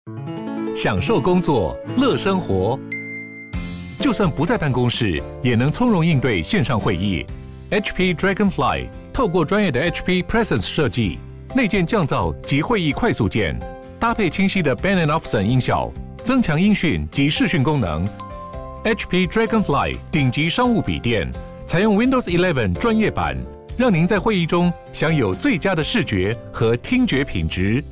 享受工作，乐生活。就算不在办公室，也能从容应对线上会议。HP Dragonfly 透过专业的 HP Presence 设计，内建降噪及会议快速键，搭配清晰的 Bang & Olufsen 音效，增强音讯及视讯功能。HP Dragonfly 顶级商务笔电，采用 Windows 11专业版，让您在会议中享有最佳的视觉和听觉品质。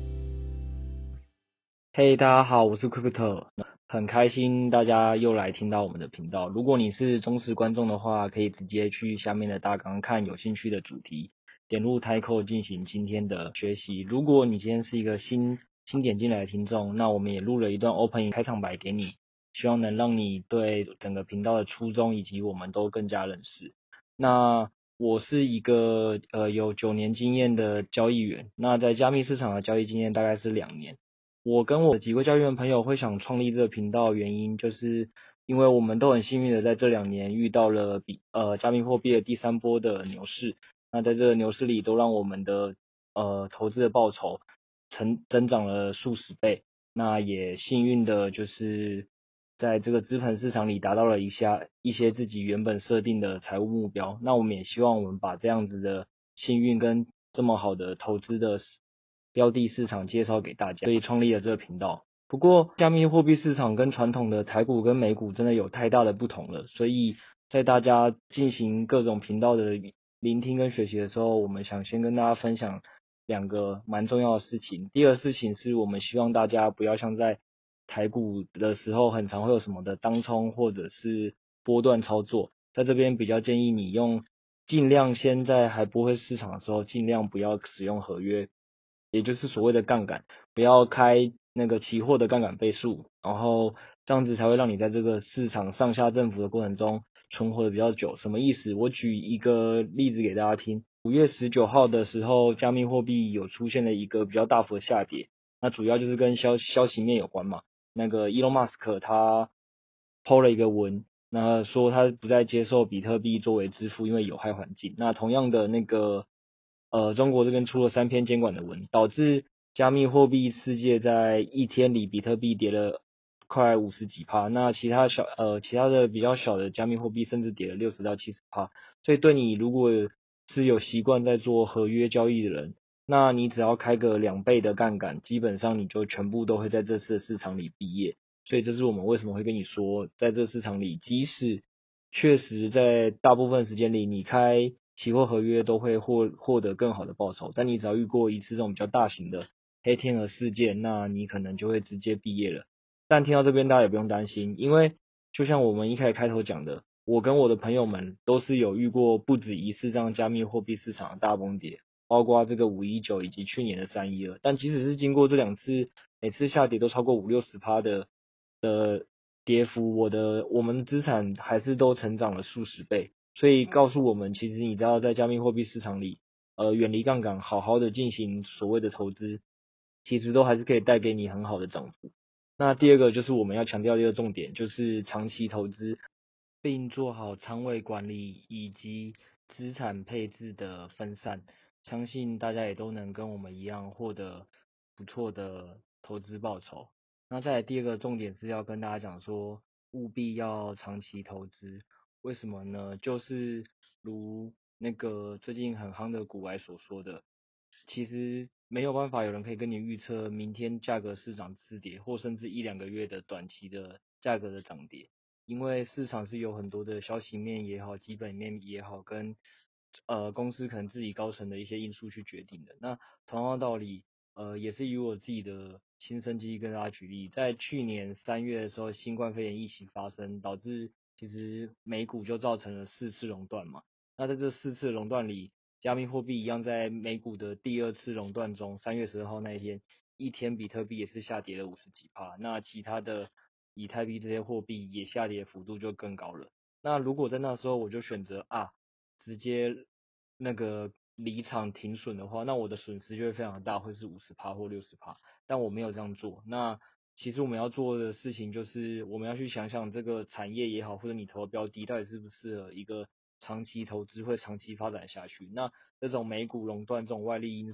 嘿，大家好，我是 Crypto， 很开心大家又来听到我们的频道。如果你是忠实观众的话，可以直接去下面的大纲看有兴趣的主题，点入 Title 进行今天的学习。如果你今天是一个新点进来的听众，那我们也录了一段 Opening 开场白给你，希望能让你对整个频道的初衷以及我们都更加认识。那我是一个有9年经验的交易员，那在加密市场的交易经验大概是2年。我跟我几位交易员朋友会想创立这个频道，原因就是因为我们都很幸运的在这2年遇到了加密货币的第3波的牛市，那在这个牛市里都让我们的投资的报酬增长了数十倍，那也幸运的就是在这个资本市场里达到了一些自己原本设定的财务目标。那我们也希望我们把这样子的幸运跟这么好的投资的标的市场介绍给大家，所以创立了这个频道。不过加密货币市场跟传统的台股跟美股真的有太大的不同了，所以在大家进行各种频道的聆听跟学习的时候，我们想先跟大家分享2个蛮重要的事情。第二个事情是我们希望大家不要像在台股的时候很常会有什么的当冲或者是波段操作，在这边比较建议你尽量先在还不会市场的时候尽量不要使用合约，也就是所谓的杠杆，不要开那个期货的杠杆倍数，然后这样子才会让你在这个市场上下振幅的过程中存活的比较久。什么意思？我举一个例子给大家听。5月19号的时候，加密货币有出现了一个比较大幅的下跌，那主要就是跟消息面有关嘛。那个 Elon Musk 他 po 了一个文，那说他不再接受比特币作为支付，因为有害环境。那同样的那个中国这边出了3篇监管的文，导致加密货币世界在一天里比特币跌了快50几%，那其他的比较小的加密货币甚至跌了60到70%。所以对你如果是有习惯在做合约交易的人，那你只要开个2倍的杠杆，基本上你就全部都会在这次的市场里毕业。所以这是我们为什么会跟你说，在这市场里，即使确实在大部分时间里你开期货合约都会获得更好的报酬，但你只要遇过一次这种比较大型的黑天鹅事件，那你可能就会直接毕业了。但听到这边大家也不用担心，因为就像我们一开头讲的，我跟我的朋友们都是有遇过不止一次这样加密货币市场的大崩跌，包括这个519以及去年的312。但即使是经过这2次每次下跌都超过50-60%的跌幅，我们的资产还是都成长了数十倍。所以告诉我们，其实你知道在加密货币市场里，远离杠杆，好好的进行所谓的投资，其实都还是可以带给你很好的涨幅。那第二个就是我们要强调的一个重点，就是长期投资，并做好仓位管理以及资产配置的分散，相信大家也都能跟我们一样获得不错的投资报酬。那再来第2个重点是要跟大家讲说，务必要长期投资。为什么呢？就是如那个最近很夯的股癌所说的，其实没有办法有人可以跟你预测明天价格是涨是跌，或甚至1-2个月的短期的价格的涨跌，因为市场是有很多的消息面也好，基本面也好，跟公司可能自己高层的一些因素去决定的。那同样的道理，也是以我自己的亲身经历跟大家举例，在去年3月的时候，新冠肺炎疫情发生，导致其实美股就造成了4次熔断嘛。那在这4次熔断里，加密货币一样在美股的第2次熔断中，3月12号那一天，一天比特币也是下跌了50几%，那其他的以太币这些货币也下跌的幅度就更高了。那如果在那时候我就选择直接那个离场停损的话，那我的损失就会非常的大，会是50%或60%，但我没有这样做。那其实我们要做的事情就是我们要去想想这个产业也好，或者你投的标的到底适不适合一个长期投资会长期发展下去。那这种美股熔断这种外力因素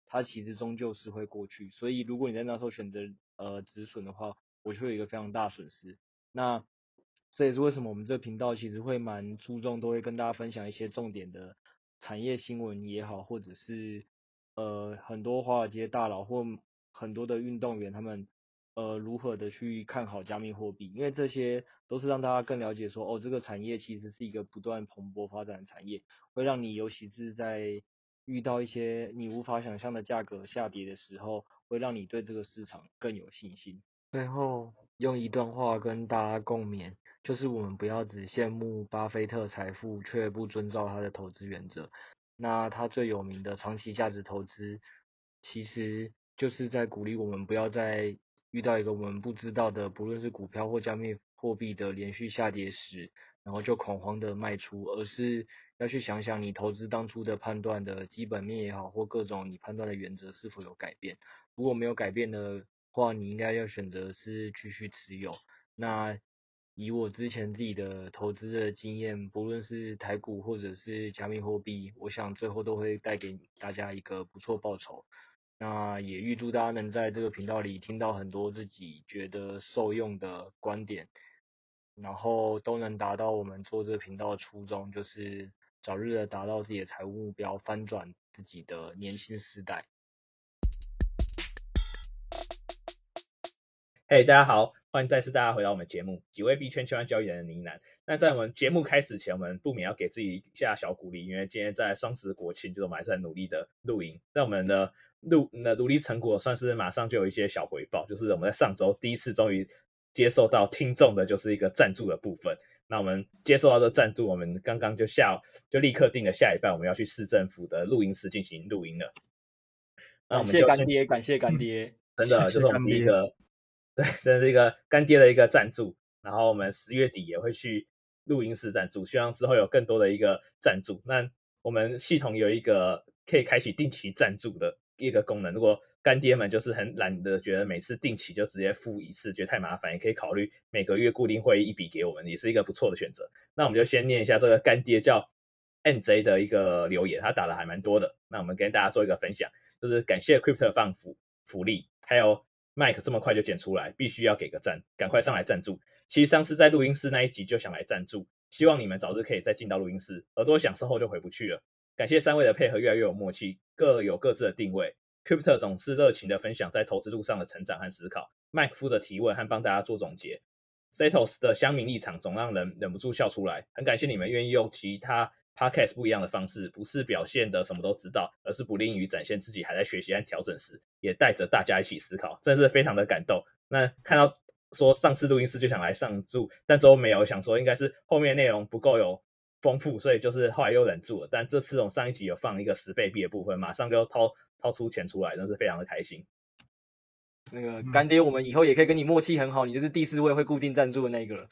它其实终究是会过去。所以如果你在那时候选择止损的话，我就会有一个非常大损失。那这也是为什么我们这个频道其实会蛮注重，都会跟大家分享一些重点的产业新闻也好，或者是很多华尔街大佬或很多的运动员他们如何的去看好加密货币，因为这些都是让大家更了解说，这个产业其实是一个不断蓬勃发展的产业，会让你尤其是在遇到一些你无法想象的价格下跌的时候，会让你对这个市场更有信心。最后用一段话跟大家共勉，就是我们不要只羡慕巴菲特财富，却不遵照他的投资原则。那他最有名的长期价值投资，其实就是在鼓励我们不要再遇到一个我们不知道的，不论是股票或加密货币的连续下跌时，然后就恐慌的卖出，而是要去想想你投资当初的判断的基本面也好，或各种你判断的原则是否有改变。如果没有改变的话，你应该要选择是继续持有。那以我之前自己的投资的经验，不论是台股或者是加密货币，我想最后都会带给大家一个不错报酬。那也预祝大家能在这个频道里听到很多自己觉得受用的观点，然后都能达到我们做这个频道的初衷，就是早日的达到自己的财务目标，翻转自己的年轻时代。 嘿、大家好，欢迎再次大家回到我们节目，几位币圈千万交易人的呢喃。那在我们节目开始前，我们不免要给自己一下小鼓励，因为今天在双十国庆，就是我们还是很努力的录音。在我们的努力成果，算是马上就有一些小回报，就是我们在上周第一次终于接受到听众的，就是一个赞助的部分。那我们接受到这赞助，我们刚刚就立刻定了下一半，我们要去市政府的录音室进行录音了。那我们就感谢干爹，感谢干爹， 真的就是我们第一个。对，真的是一个干爹的一个赞助，然后我们10月底也会去录音室赞助，希望之后有更多的一个赞助。那我们系统有一个可以开启定期赞助的一个功能，如果干爹们就是很懒的，觉得每次定期就直接付一次，觉得太麻烦，也可以考虑每个月固定汇一笔给我们，也是一个不错的选择。那我们就先念一下这个干爹叫 NJ 的一个留言，他打的还蛮多的，那我们跟大家做一个分享，就是感谢 Crypto 放福利，还有Mike 这么快就剪出来，必须要给个赞，赶快上来赞助。其实上次在录音室那一集就想来赞助，希望你们早日可以再进到录音室，耳朵享受后就回不去了。感谢3位的配合越来越有默契，各有各自的定位。Crypto 总是热情的分享在投资路上的成长和思考 ，Mike 负责提问和帮大家做总结。Status 的乡民立场总让人忍不住笑出来，很感谢你们愿意用其他 Podcast 不一样的方式，不是表现的什么都知道，而是不吝于展现自己还在学习和调整时，也带着大家一起思考，真的是非常的感动。那看到说上次录音室就想来上注，但最后没有，想说应该是后面内容不够有丰富，所以就是后来又忍住了。但这次我上一集有放一个10倍币的部分，马上就掏出钱出来，真是非常的开心。 那个干爹，我们以后也可以跟你默契很好，你就是第4位会固定赞助的那个了。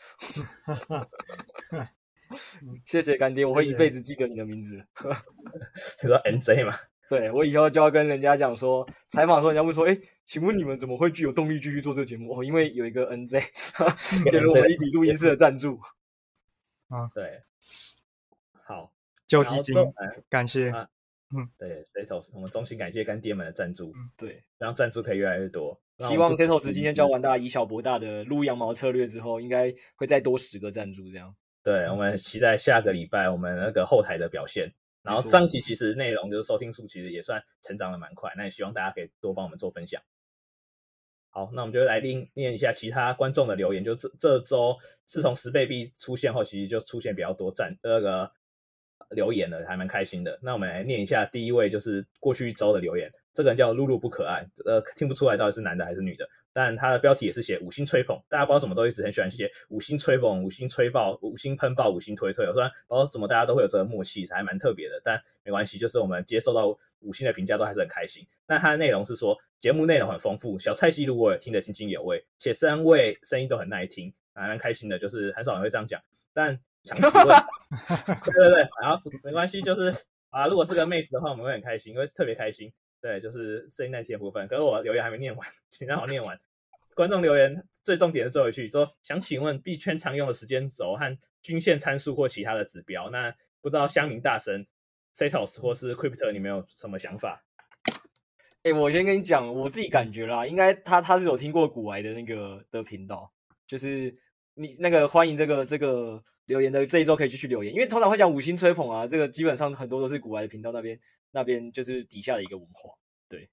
谢谢干爹，我会一辈子记得你的名字。 你说 NJ 吗？ 对，我以后就要跟人家讲说，采访的时候人家问说，请问你们怎么会具有动力继续做这个节目？因为有一个 NJ 给了我们一笔录音室的赞助。 对，好， 救基金，感谢。 对 Status， 我们衷心感谢干爹们的赞助。 对， 让赞助可以越来越多。 希望 Status 今天教完大家以小博大的撸羊毛策略之后，应该会再多10个赞助这样。 对，我们期待下个礼拜我们那个后台的表现。然后上期其实内容就是收听数其实也算成长的蛮快，那也希望大家可以多帮我们做分享。好，那我们就来念一下其他观众的留言。就这周自从10倍币出现后，其实就出现比较多留言了，还蛮开心的。那我们来念一下第一位，就是过去1周的留言。这个人叫露露不可爱，听不出来到底是男的还是女的，但他的标题也是写5星吹捧，大家不知道什么都一直很喜欢写5星吹捧、5星吹爆、5星喷爆、5星推推，虽然不知道什么大家都会有这个默契，还蛮特别的，但没关系，就是我们接受到5星的评价都还是很开心。那他的内容是说，节目内容很丰富，小菜鸡如果听得津津有味，且3位声音都很耐听，还蛮开心的，就是很少人会这样讲。但想提问，对，然后没关系，就是如果是个妹子的话，我们会很开心，因为特别开心。对，就是声音耐听的部分。可是我留言还没念完，请让我念完。观众留言最重点的最后一句说，想请问币圈常用的时间轴和均线参数或其他的指标，那不知道乡民大神 Satos 或是 Crypto 你们有什么想法？ 我先跟你讲，我自己感觉啦，应该他是有听过古癌的那个的频道，就是你那个欢迎这个留言的这一周可以继续留言，因为通常会讲五星吹捧啊，这个基本上很多都是古癌的频道那边就是底下的一个文化，对。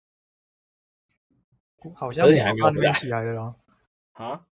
好像是那边起来的啦。 啊？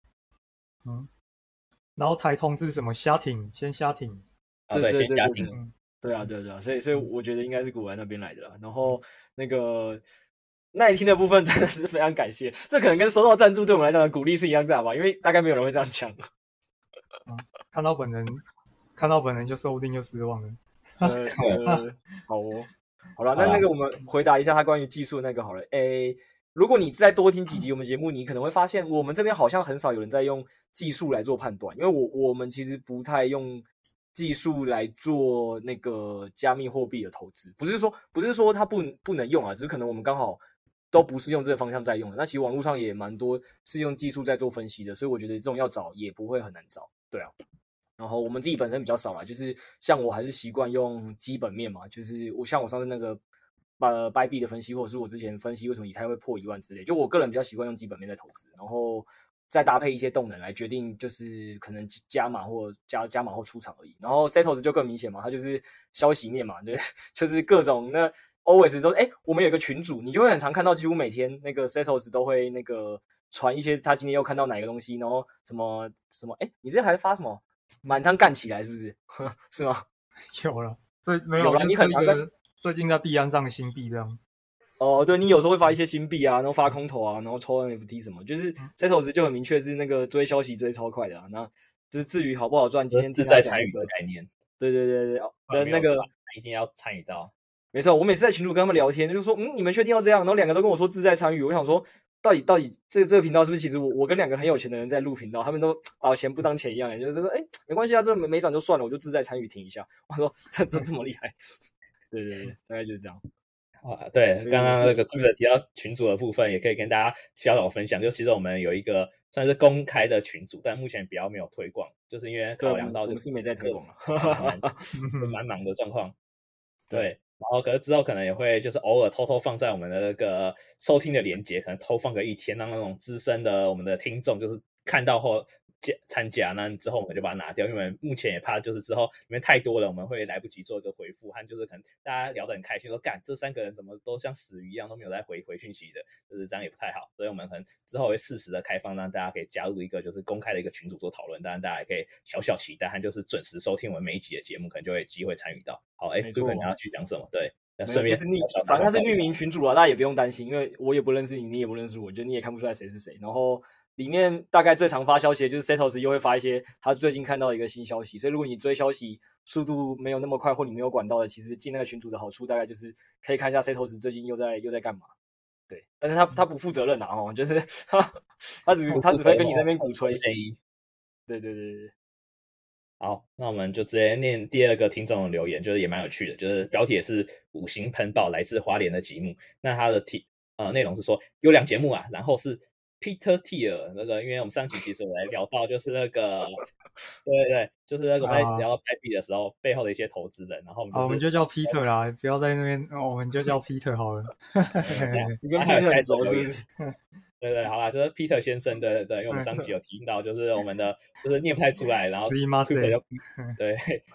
然后台通是什么？虾艇，先虾艇。 对，先虾艇。 对啊，所以我觉得应该是古玩那边来的啦。然后那个耐听的部分真的是非常感谢，这可能跟收到赞助对我们来讲的鼓励是一样的吧？因为大概没有人会这样讲。 看到本人就说不定就失望了。 好哦，好了，那个我们回答一下他关于技术的那个好了。如果你再多听几集我们节目，你可能会发现我们这边好像很少有人在用技术来做判断，因为我们其实不太用技术来做那个加密货币的投资，不是说它不能用啊，只是可能我们刚好都不是用这个方向在用的。那其实网络上也蛮多是用技术在做分析的，所以我觉得这种要找也不会很难找，对啊。然后我们自己本身比较少啦，就是像我还是习惯用基本面嘛，就是我上次那个掰币的分析，或者是我之前分析为什么以太会破1万之类，就我个人比较习惯用基本面在投资，然后再搭配一些动能来决定，就是可能加码或加码或出场而已。然后 Settles 就更明显嘛，它就是消息面嘛，就是各种那 always 都我们有个群组，你就会很常看到，几乎每天那个 Settles 都会那个传一些他今天又看到哪个东西，然后什么你之前还发什么满仓干起来是不是？是吗？ 有了，没有了，你很常在最近在币安上的新币这样。 哦，对，你有时候会发一些新币啊，然后发空投啊，然后抽 NFT 什么，就是 Settles 就很明确是那个追消息追超快的啊。那就是至于好不好赚，今天是在参与的概念。 对，那个一定要参与到。 没错，我每次在群组跟他们聊天，就说你们确定要这样？然后两个都跟我说志在参与，我想说到底这个频道是不是其实我跟两个很有钱的人在录频道，他们都把钱不当钱一样，就是说没关系啊，这没涨就算了，我就志在参与听一下。我说这么厉害，对，大概就是这样。 对，刚刚那个 Crypto 提到群组的部分，也可以跟大家小小分享。就其实我们有一个算是公开的群组，但目前比较没有推广，就是因为考量到就是没在推广了， 蛮忙的状况。对，然后可是之后可能也会就是偶尔偷偷放在我们的那个收听的连结，可能偷放个1天，让那种资深的我们的听众就是看到后参加，那之后我们就把它拿掉，因为目前也怕就是之后里面太多了，我们会来不及做一个回复，和就是可能大家聊得很开心，说干这3个人怎么都像死鱼一样都没有在回讯息的，就是这样也不太好，所以我们可能之后会适时的开放，让大家可以加入一个就是公开的一个群组做讨论，当然大家也可以小小期待，和就是准时收听我们每一集的节目，可能就会有机会参与到。好，就可能要去讲什么？对。顺便反正他是匿名群主啊，大家也不用担心，因为我也不认识你，你也不认识我，就你也看不出来谁是谁。然后里面大概最常发消息的就是 Settles 又会发一些他最近看到的一个新消息，所以如果你追消息速度没有那么快，或你没有管到的，其实进那个群组的好处大概就是可以看一下 Settles 最近又在干嘛。对，但是他不负责任啊，就是他只会跟你在那边鼓吹。对。 好，那我们就直接念第2个听众的留言，就是也蛮有趣的，就是标题也是5星喷爆，来自花莲的吉木。那他的内容是说优良节目啊，然后是 Peter Thiel 那个，因为我们上集其实我来聊到就是那个，对，就是那个我们在聊到拍币的时候背后的一些投资人，然后我们就叫 Peter 啦，不要在那边，我们就叫 Peter 好了。 你跟 Peter 很熟是不是？ 对，好啦，就是 Peter 先生的，对，因为我们上集有提到，就是我们的就是念不太出来，然后 Peter 就对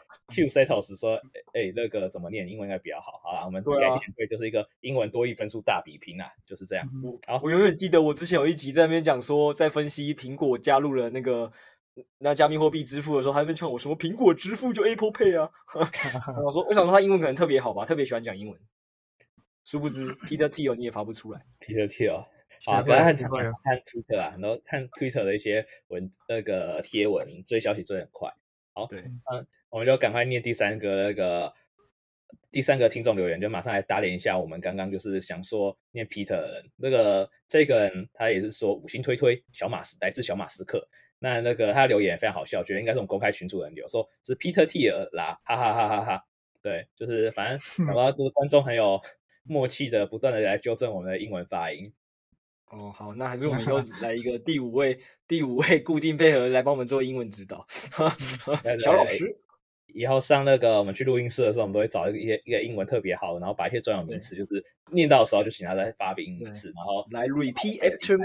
Q Settles 说，那个怎么念？英文应该比较好。好啦，我们改天会就是一个英文多益分数大比拼啊，就是这样。好， 我永远记得我之前有一集在那边讲说，在分析苹果加入了那加密货币支付的时候，他在那边劝我说苹果支付就 Apple Pay 啊。我想说他英文可能特别好吧，特别喜欢讲英文。殊不知 Peter Thiel 你也发不出来。 Peter Thiel。大家很常看 Twitter 啊，然后看 Twitter 的一些贴文，追消息追很快。好， 对， 我们就赶快念第三个听众留言，就马上来打脸一下我们刚刚就是想说念 Peter 的人。这个人他也是说5星推来自小马斯克。那个他的留言也非常好笑，觉得应该是我们公开群组的人留，说是 Peter Thiel 啦，哈哈哈哈哈。对，就是反正想到就是观众很有默契的，不断的来纠正我们的英文发音。 好，那还是我们又来一个第五位固定配合来帮我们做英文指导，小老师。 以后上那个我们去录音室的时候，我们都会找一个英文特别好，然后把一些专有名词，就是念到的时候就请他再发个英文词，然后来 repeat after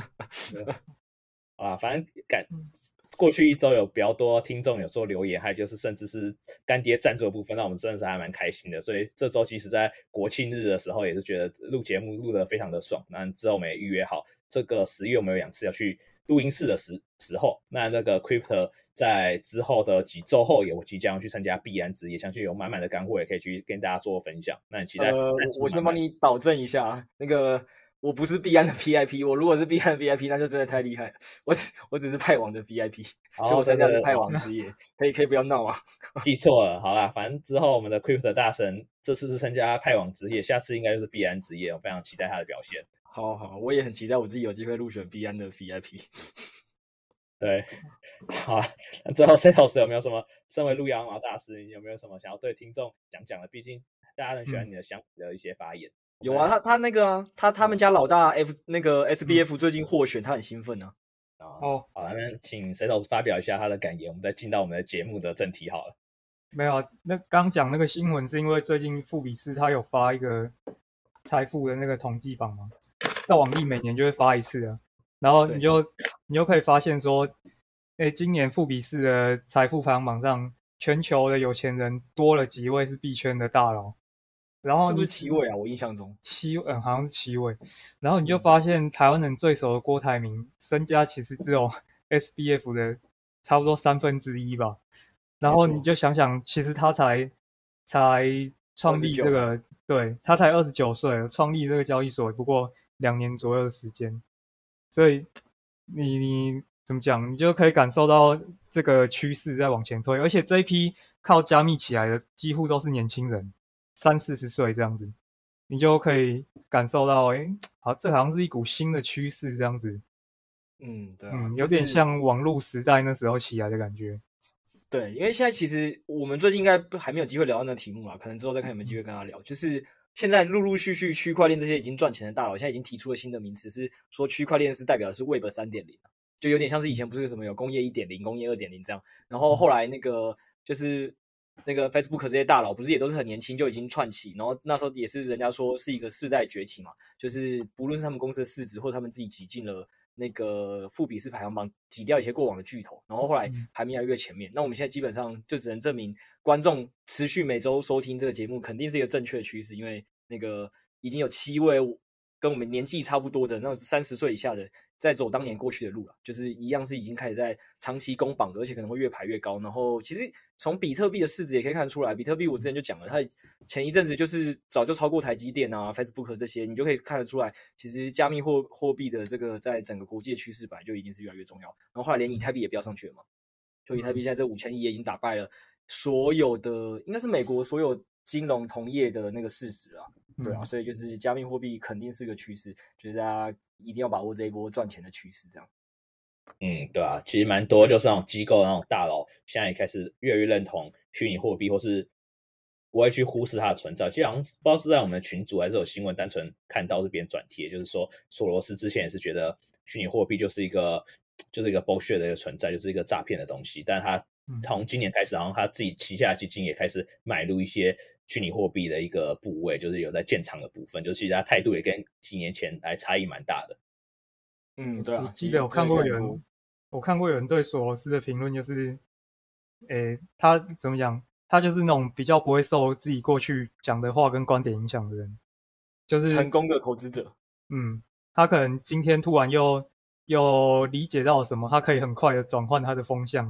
me 啊，反正过去一周有比较多听众有做留言，还有就是甚至是干爹赞助的部分，那我们真的是还蛮开心的。所以这周即使在国庆日的时候，也是觉得录节目录得非常的爽。那之后我们也预约好，这个10月我们有2次要去录音室的时候，那个 Crypto 在之后的几周后也即将去参加币安之夜，相信有满满的干货也可以去跟大家做分享。那很期待。 我先帮你保证一下，那个我不是币安的 VIP， 我如果是币安的 VIP， 那就真的太厉害了。我只是派网的 VIP， 所以我参加是派网之夜，可以不要闹啊。 记错了，好啦，反正之后我们的 Crypto 大神这次是参加派网之夜，下次应该就是币安之夜，我非常期待他的表现。 好，我也很期待我自己有机会入选币安的 VIP。 对，好，那最后 Setos 有没有什么身为路遥马大师，你有没有什么想要对听众讲的？毕竟大家很喜欢你的的一些发言。 有啊，他那个啊，他们家老大 那个 SBF 最近获选，他很兴奋啊。 好了，那请 Setos 发表一下他的感言，我们再进到我们的节目的正题好了。 没有啊，那刚讲那个新闻是因为最近富比士他有发一个财富的那个统计榜嘛，在网易每年就会发一次啊，然后你就可以发现说，今年富比士的财富排行榜上，全球的有钱人多了几位是币圈的大佬。然后是不是7位啊？我印象中好像是7位。然后你就发现台湾人最熟的郭台铭身家其实只有 SBF 的差不多1/3吧。然后你就想想，其实他才创立这个，对，他才29岁，创立这个交易所不过2年左右的时间。所以你怎么讲，你就可以感受到这个趋势在往前推，而且这一批靠加密起来的几乎都是年轻人。30-40岁这样子，你就可以感受到，好，这好像是一股新的趋势这样子。 对啊， 有点像网络时代那时候起来的感觉。 对，因为现在其实我们最近应该还没有机会聊到那个题目啦，可能之后再看有没有机会跟他聊。就是现在陆陆续续区块链这些已经赚钱的大佬，现在已经提出了新的名词，是说区块链是代表的是 Web 3.0，就有点像是以前不是什么有工业 1.0、工业2.0这样，然后后来那个就是那个 Facebook 这些大佬不是也都是很年轻就已经串起，然后那时候也是人家说是一个世代崛起嘛，就是不论是他们公司的市值或者他们自己挤进了那个富比士排行榜，挤掉一些过往的巨头，然后后来排名越来越前面。那我们现在基本上就只能证明观众持续每周收听这个节目肯定是一个正确的趋势，因为那个已经有7位跟我们年纪差不多的那30岁以下的在走当年过去的路了，就是一样是已经开始在长期攻榜的，而且可能会越排越高。然后其实从比特币的市值也可以看得出来，比特币我之前就讲了，它前一阵子就是早就超过台积电啊、Facebook 这些，你就可以看得出来，其实加密货币的这个在整个国际的趋势本来就已经是越来越重要。然后后来连以太币也飙上去了嘛，就以太币现在这5000亿也已经打败了所有的，应该是美国所有金融同业的那个市值啊。对啊，所以就是加密货币肯定是个趋势，就是大家一定要把握这一波赚钱的趋势，这样。 对啊，其实蛮多就是那种机构那种大佬，现在也开始越来越认同虚拟货币，或是不会去忽视它的存在。就好像不知道是在我们的群组还是有新闻单纯看到是别人转贴，就是说索罗斯之前也是觉得虚拟货币就是一个 bullshit 的一个存在，就是一个诈骗的东西。但他从今年开始，好像他自己旗下的基金也开始买入一些虚拟货币的一个部位，就是有在建仓的部分，就是其实他态度也跟几年前来差异蛮大的。 对啊， 我记得我看过有人对索罗斯的评论就是，他怎么讲？他就是那种比较不会受自己过去讲的话跟观点影响的人，就是成功的投资者。 他可能今天突然又理解到什么，他可以很快的转换他的风向。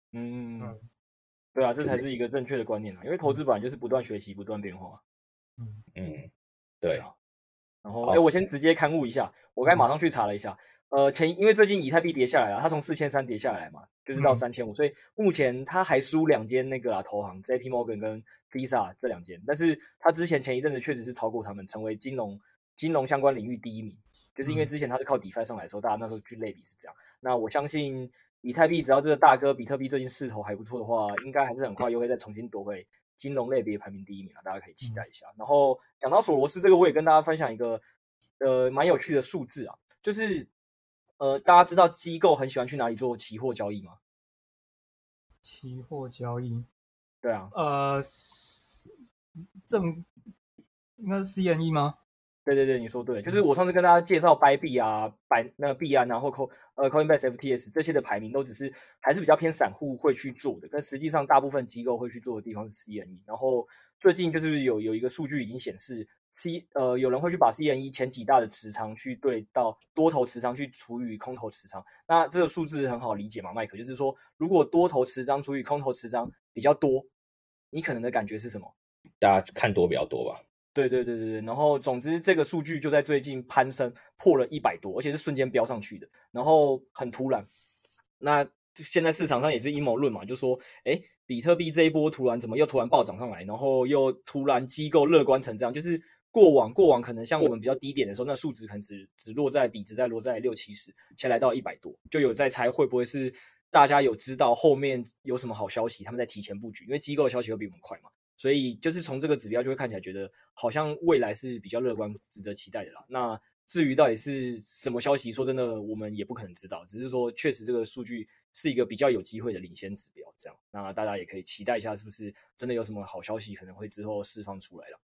对啊，这才是一个正确的观念啊，因为投资本来就是不断学习、不断变化。 对。 然后，我先直接刊物一下，我刚才马上去查了一下，因为最近以太币跌下来了，它从4300跌下来嘛，就是到3500，所以目前它还输2间那个投行 JP Morgan 跟 Visa 这2间，但是它前一阵子确实是超过他们，成为金融相关领域第1名，就是因为之前它是靠 DeFi 上来的时候，大家那时候去类比是这样。那我相信以太币只要这个大哥比特币最近势头还不错的话，应该还是很快又会再重新夺回金融类别排名第1名啊，大家可以期待一下。然后讲到索罗斯这个，我也跟大家分享一个蛮有趣的数字啊，就是大家知道机构很喜欢去哪里做期货交易吗？ 期货交易， 对啊， 应该是 CME 吗？ 对，你说对，就是我上次跟大家介绍白币啊、那个币安啊，或Coinbase FTS 这些的排名，都只是还是比较偏散户会去做的，但实际上大部分机构会去做的地方是 CME。然后最近就是有一个数据已经显示有人会去把 CME 前几大的持仓去对到多头持仓去除以空头持仓，那这个数字很好理解嘛，麦克，就是说如果多头持仓除以空头持仓比较多，你可能的感觉是什么？ 大家看多比较多吧。 对，然后总之这个数据就在最近攀升破了100多，而且是瞬间飙上去的，然后很突然。那现在市场上也是阴谋论嘛，就说，比特币这一波突然怎么又突然暴涨上来，然后又突然机构乐观成这样，就是过往可能像我们比较低点的时候，那数值可能只落在60-70，现在来到100多，就有在猜会不会是大家有知道后面有什么好消息，他们在提前布局，因为机构的消息会比我们快嘛。所以就是从这个指标就会看起来觉得好像未来是比较乐观值得期待的啦。那至于到底是什么消息，说真的我们也不可能知道，只是说确实这个数据是一个比较有机会的领先指标，这样那大家也可以期待一下是不是真的有什么好消息可能会之后释放出来了。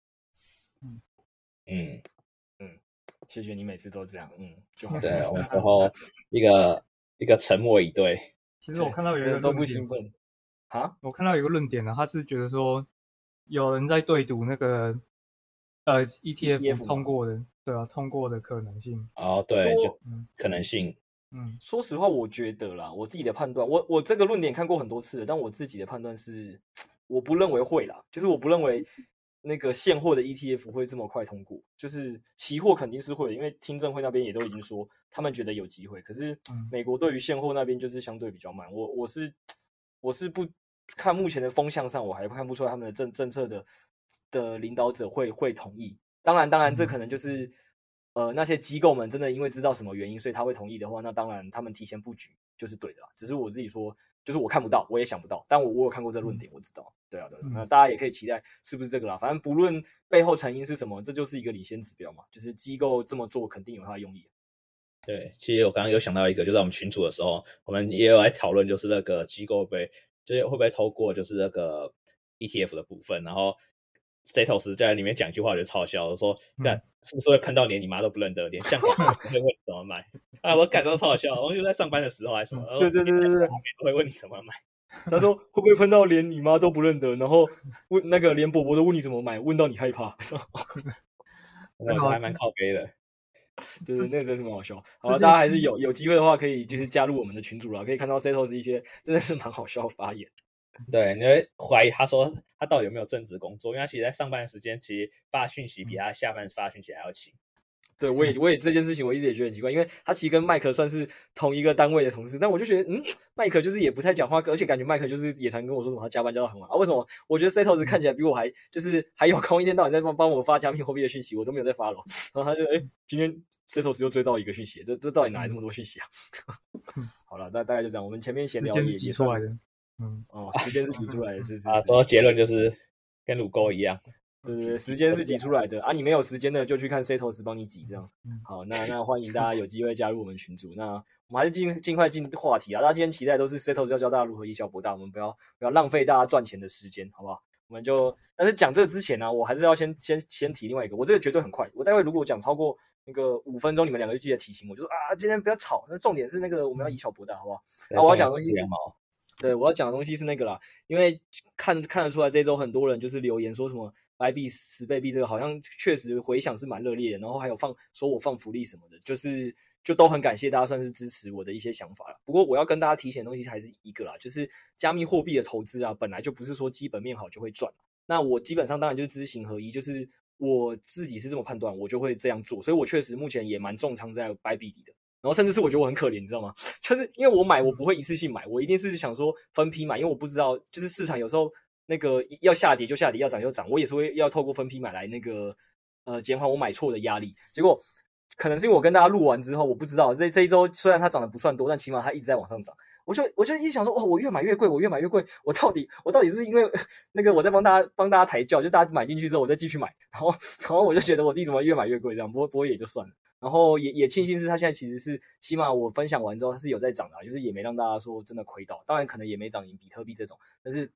谢谢你每次都这样就好。 对，我们之后一个沉默以对。 其实我看到有一个都不论点兴奋啊， 我看到有一个论点呢，他是觉得说有人在对赌那个ETF 通过的，对啊，通过的可能性。 哦，对，就可能性。 说实话，我觉得啦，我自己的判断，我这个论点看过很多次了，但我自己的判断是，我不认为会啦，就是我不认为那个现货的 ETF 会这么快通过，就是期货肯定是会的，因为听证会那边也都已经说他们觉得有机会，可是美国对于现货那边就是相对比较慢，我是不看目前的风向上，我还看不出来他们的政策的领导者会同意。当然，这可能就是那些机构们真的因为知道什么原因，所以他会同意的话，那当然他们提前布局就是对的啦。只是我自己说，就是我看不到，我也想不到，但我有看过这论点，我知道。对啊，那大家也可以期待是不是这个啦。反正不论背后成因是什么，这就是一个领先指标嘛，就是机构这么做肯定有它的用意。 对，其实我刚刚有想到一个，就在我们群组的时候，我们也有来讨论，就是那个机构就是会不会透过就是那个 ETF 的部分，然后 Setos 在里面讲一句话，我觉得超好笑，我说干是不是会喷到连你妈都不认得，连相公会问你怎么买啊？我感到超好笑，我就在上班的时候还是什么， 对， 都会问你怎么买。 他说会不会喷到连你妈都不认得，然后问那个连伯伯都问你怎么买，问到你害怕， 那我还蛮靠背的。 对，那个真是蛮好笑。好了，大家还是有机会的话，可以就是加入我们的群组啦，可以看到 Setos 一些真的是蛮好笑的发言。 对，你会怀疑他说他到底有没有正职工作，因为他其实在上班的时间，其实发讯息比他下班发讯息还要勤。 对，我也这件事情我一直也觉得很奇怪，因为他其实跟麦克算是同一个单位的同事，但我就觉得麦克就是也不太讲话，而且感觉麦克就是也常跟我说什么他加班加到很晚啊。为什么？我觉得 Setos 看起来比我还有空，一天到晚在帮我发加密货币的讯息，我都没有在发了。然后他就今天 Setos 又追到一个讯息，这到底哪来这么多讯息啊？好了，那大概就这样，我们前面闲聊也挤出来的， 时间是挤出来的，是啊，最后结论就是跟乳沟一样。 对，时间是挤出来的啊！你没有时间的就去看 Setos 帮你挤，这样。好，那欢迎大家有机会加入我们群组。那我们还是尽快进话题啊！大家今天期待都是 Setos 要教大家如何以小博大，我们不要浪费大家赚钱的时间，好不好？我们但是讲这个之前呢，我还是要先提另外一个，我这个绝对很快。我待会如果讲超过那个5分钟，你们两个就记得提醒我，就说啊，今天不要吵。那重点是那个我们要以小博大，好不好？那我要讲的东西是。对，我要讲的东西是那个啦，因为看得出来这周很多人就是留言说什么白币10倍币这个好像确实回响是蛮热烈的，然后还有说我放福利什么的，就都很感谢大家算是支持我的一些想法啦。不过我要跟大家提醒的东西还是一个啦，就是加密货币的投资啊，本来就不是说基本面好就会赚。那我基本上当然就是知行合一，就是我自己是这么判断，我就会这样做，所以我确实目前也蛮重仓在白币里的。然后甚至是我觉得我很可怜，你知道吗？就是因为我不会一次性买，我一定是想说分批买，因为我不知道，就是市场有时候那个要下跌就下跌，要涨就涨，我也是会要透过分批买来那个减缓我买错的压力。结果可能是因为我跟大家录完之后，我不知道这一周虽然它涨得不算多，但起码它一直在往上涨。我就一直想说，我越买越贵，我到底是因为那个我在帮大家抬轿，就大家买进去之后，我再继续买，然后我就觉得我自己怎么越买越贵这样，不过也就算了。然后也庆幸是它现在其实是起码我分享完之后它是有在涨的，就是也没让大家说真的亏到，当然可能也没涨赢比特币这种，但是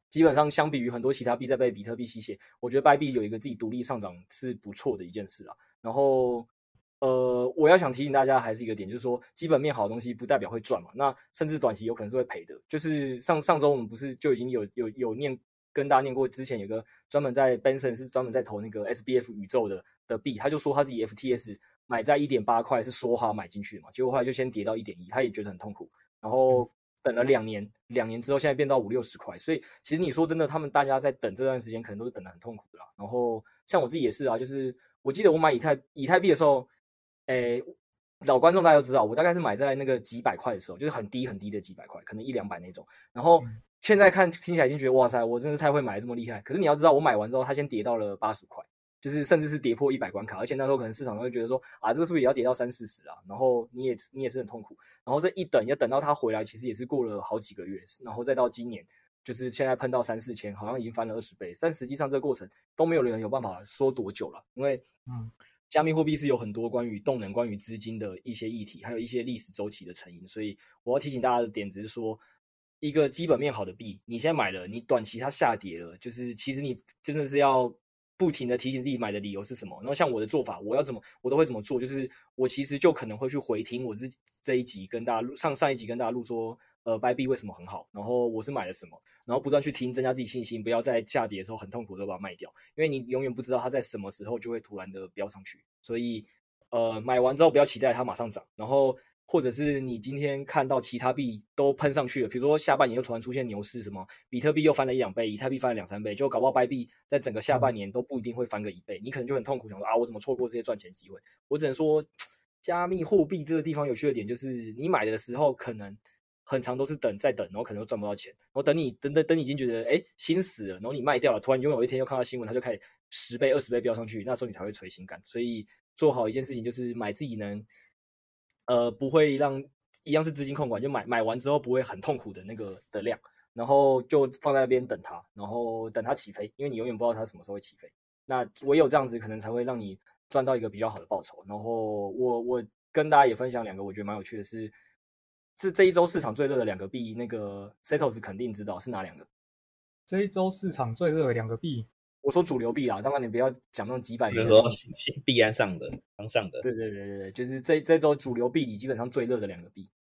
基本上相比于很多其他币在被比特币吸血，我觉得币有一个自己独立上涨是不错的一件事啦。然后我要想提醒大家还是一个点，就是说基本面好的东西不代表会赚嘛，那甚至短期有可能是会赔的。就是上周我们不是就已经有跟大家念过，之前有个专门在 Benson 是专门在投那个 SBF 宇宙的币，他就说他自己 FTS 买在 1.8 块是说好买进去的嘛，结果后来就先跌到 1.1， 他也觉得很痛苦，然后等了2年之后现在变到50-60块，所以其实你说真的，他们大家在等这段时间可能都是等得很痛苦的啦。然后像我自己也是啊，就是我记得我买以太币的时候，老观众大家都知道，我大概是买在那个几百块的时候，就是很低很低的几百块，可能100-200那种。然后现在听起来已经觉得哇塞，我真是太会买，这么厉害。可是你要知道，我买完之后，它先跌到了80块，就是甚至是跌破100关卡，而且那时候可能市场上会觉得说啊，这个是不是也要跌到30-40啊？然后你也是很痛苦。然后这一等要等到它回来，其实也是过了好几个月，然后再到今年，就是现在碰到3-4千，好像已经翻了20倍。但实际上这个过程都没有人有办法说多久了，因为加密货币是有很多关于动能、关于资金的一些议题，还有一些历史周期的成因。所以我要提醒大家的点只是说，一个基本面好的币，你现在买了，你短期它下跌了，就是其实你真的是要不停的提醒自己买的理由是什么。然后像我的做法，我都会怎么做？就是我其实就可能会去回听我这一集跟大家上一集跟大家录说，Bybit 为什么很好，然后我是买了什么，然后不断去听，增加自己信心，不要在下跌的时候很痛苦的把它卖掉，因为你永远不知道它在什么时候就会突然的飙上去。所以买完之后不要期待它马上涨，然后或者是你今天看到其他币都喷上去了，比如说下半年又突然出现牛市，什么比特币又翻了1-2倍，以太币翻了2-3倍，就搞不好Bybit在整个下半年都不一定会翻个1倍，你可能就很痛苦，想说啊，我怎么错过这些赚钱机会？我只能说，加密货币这个地方有趣的点就是，你买的时候可能很长都是在等，然后可能又赚不到钱，然后等你已经觉得心死了，然后你卖掉了，突然有一天又看到新闻，它就开始10倍、20倍飙上去，那时候你才会捶心肝。所以做好一件事情就是买自己能不会让一样是资金控管，就买完之后不会很痛苦的那个的量，然后就放在那边等它，然后等它起飞，因为你永远不知道它什么时候会起飞。那唯有这样子，可能才会让你赚到一个比较好的报酬。然后我跟大家也分享2个我觉得蛮有趣的是这一周市场最热的2个币，那个 Setos 肯定知道是哪2个。 这一周市场最热的2个币， 我说主流币啦，当然你不要讲那种几百元。 说币安上的、刚上的。 对，就是这周主流币里基本上最热的2个币。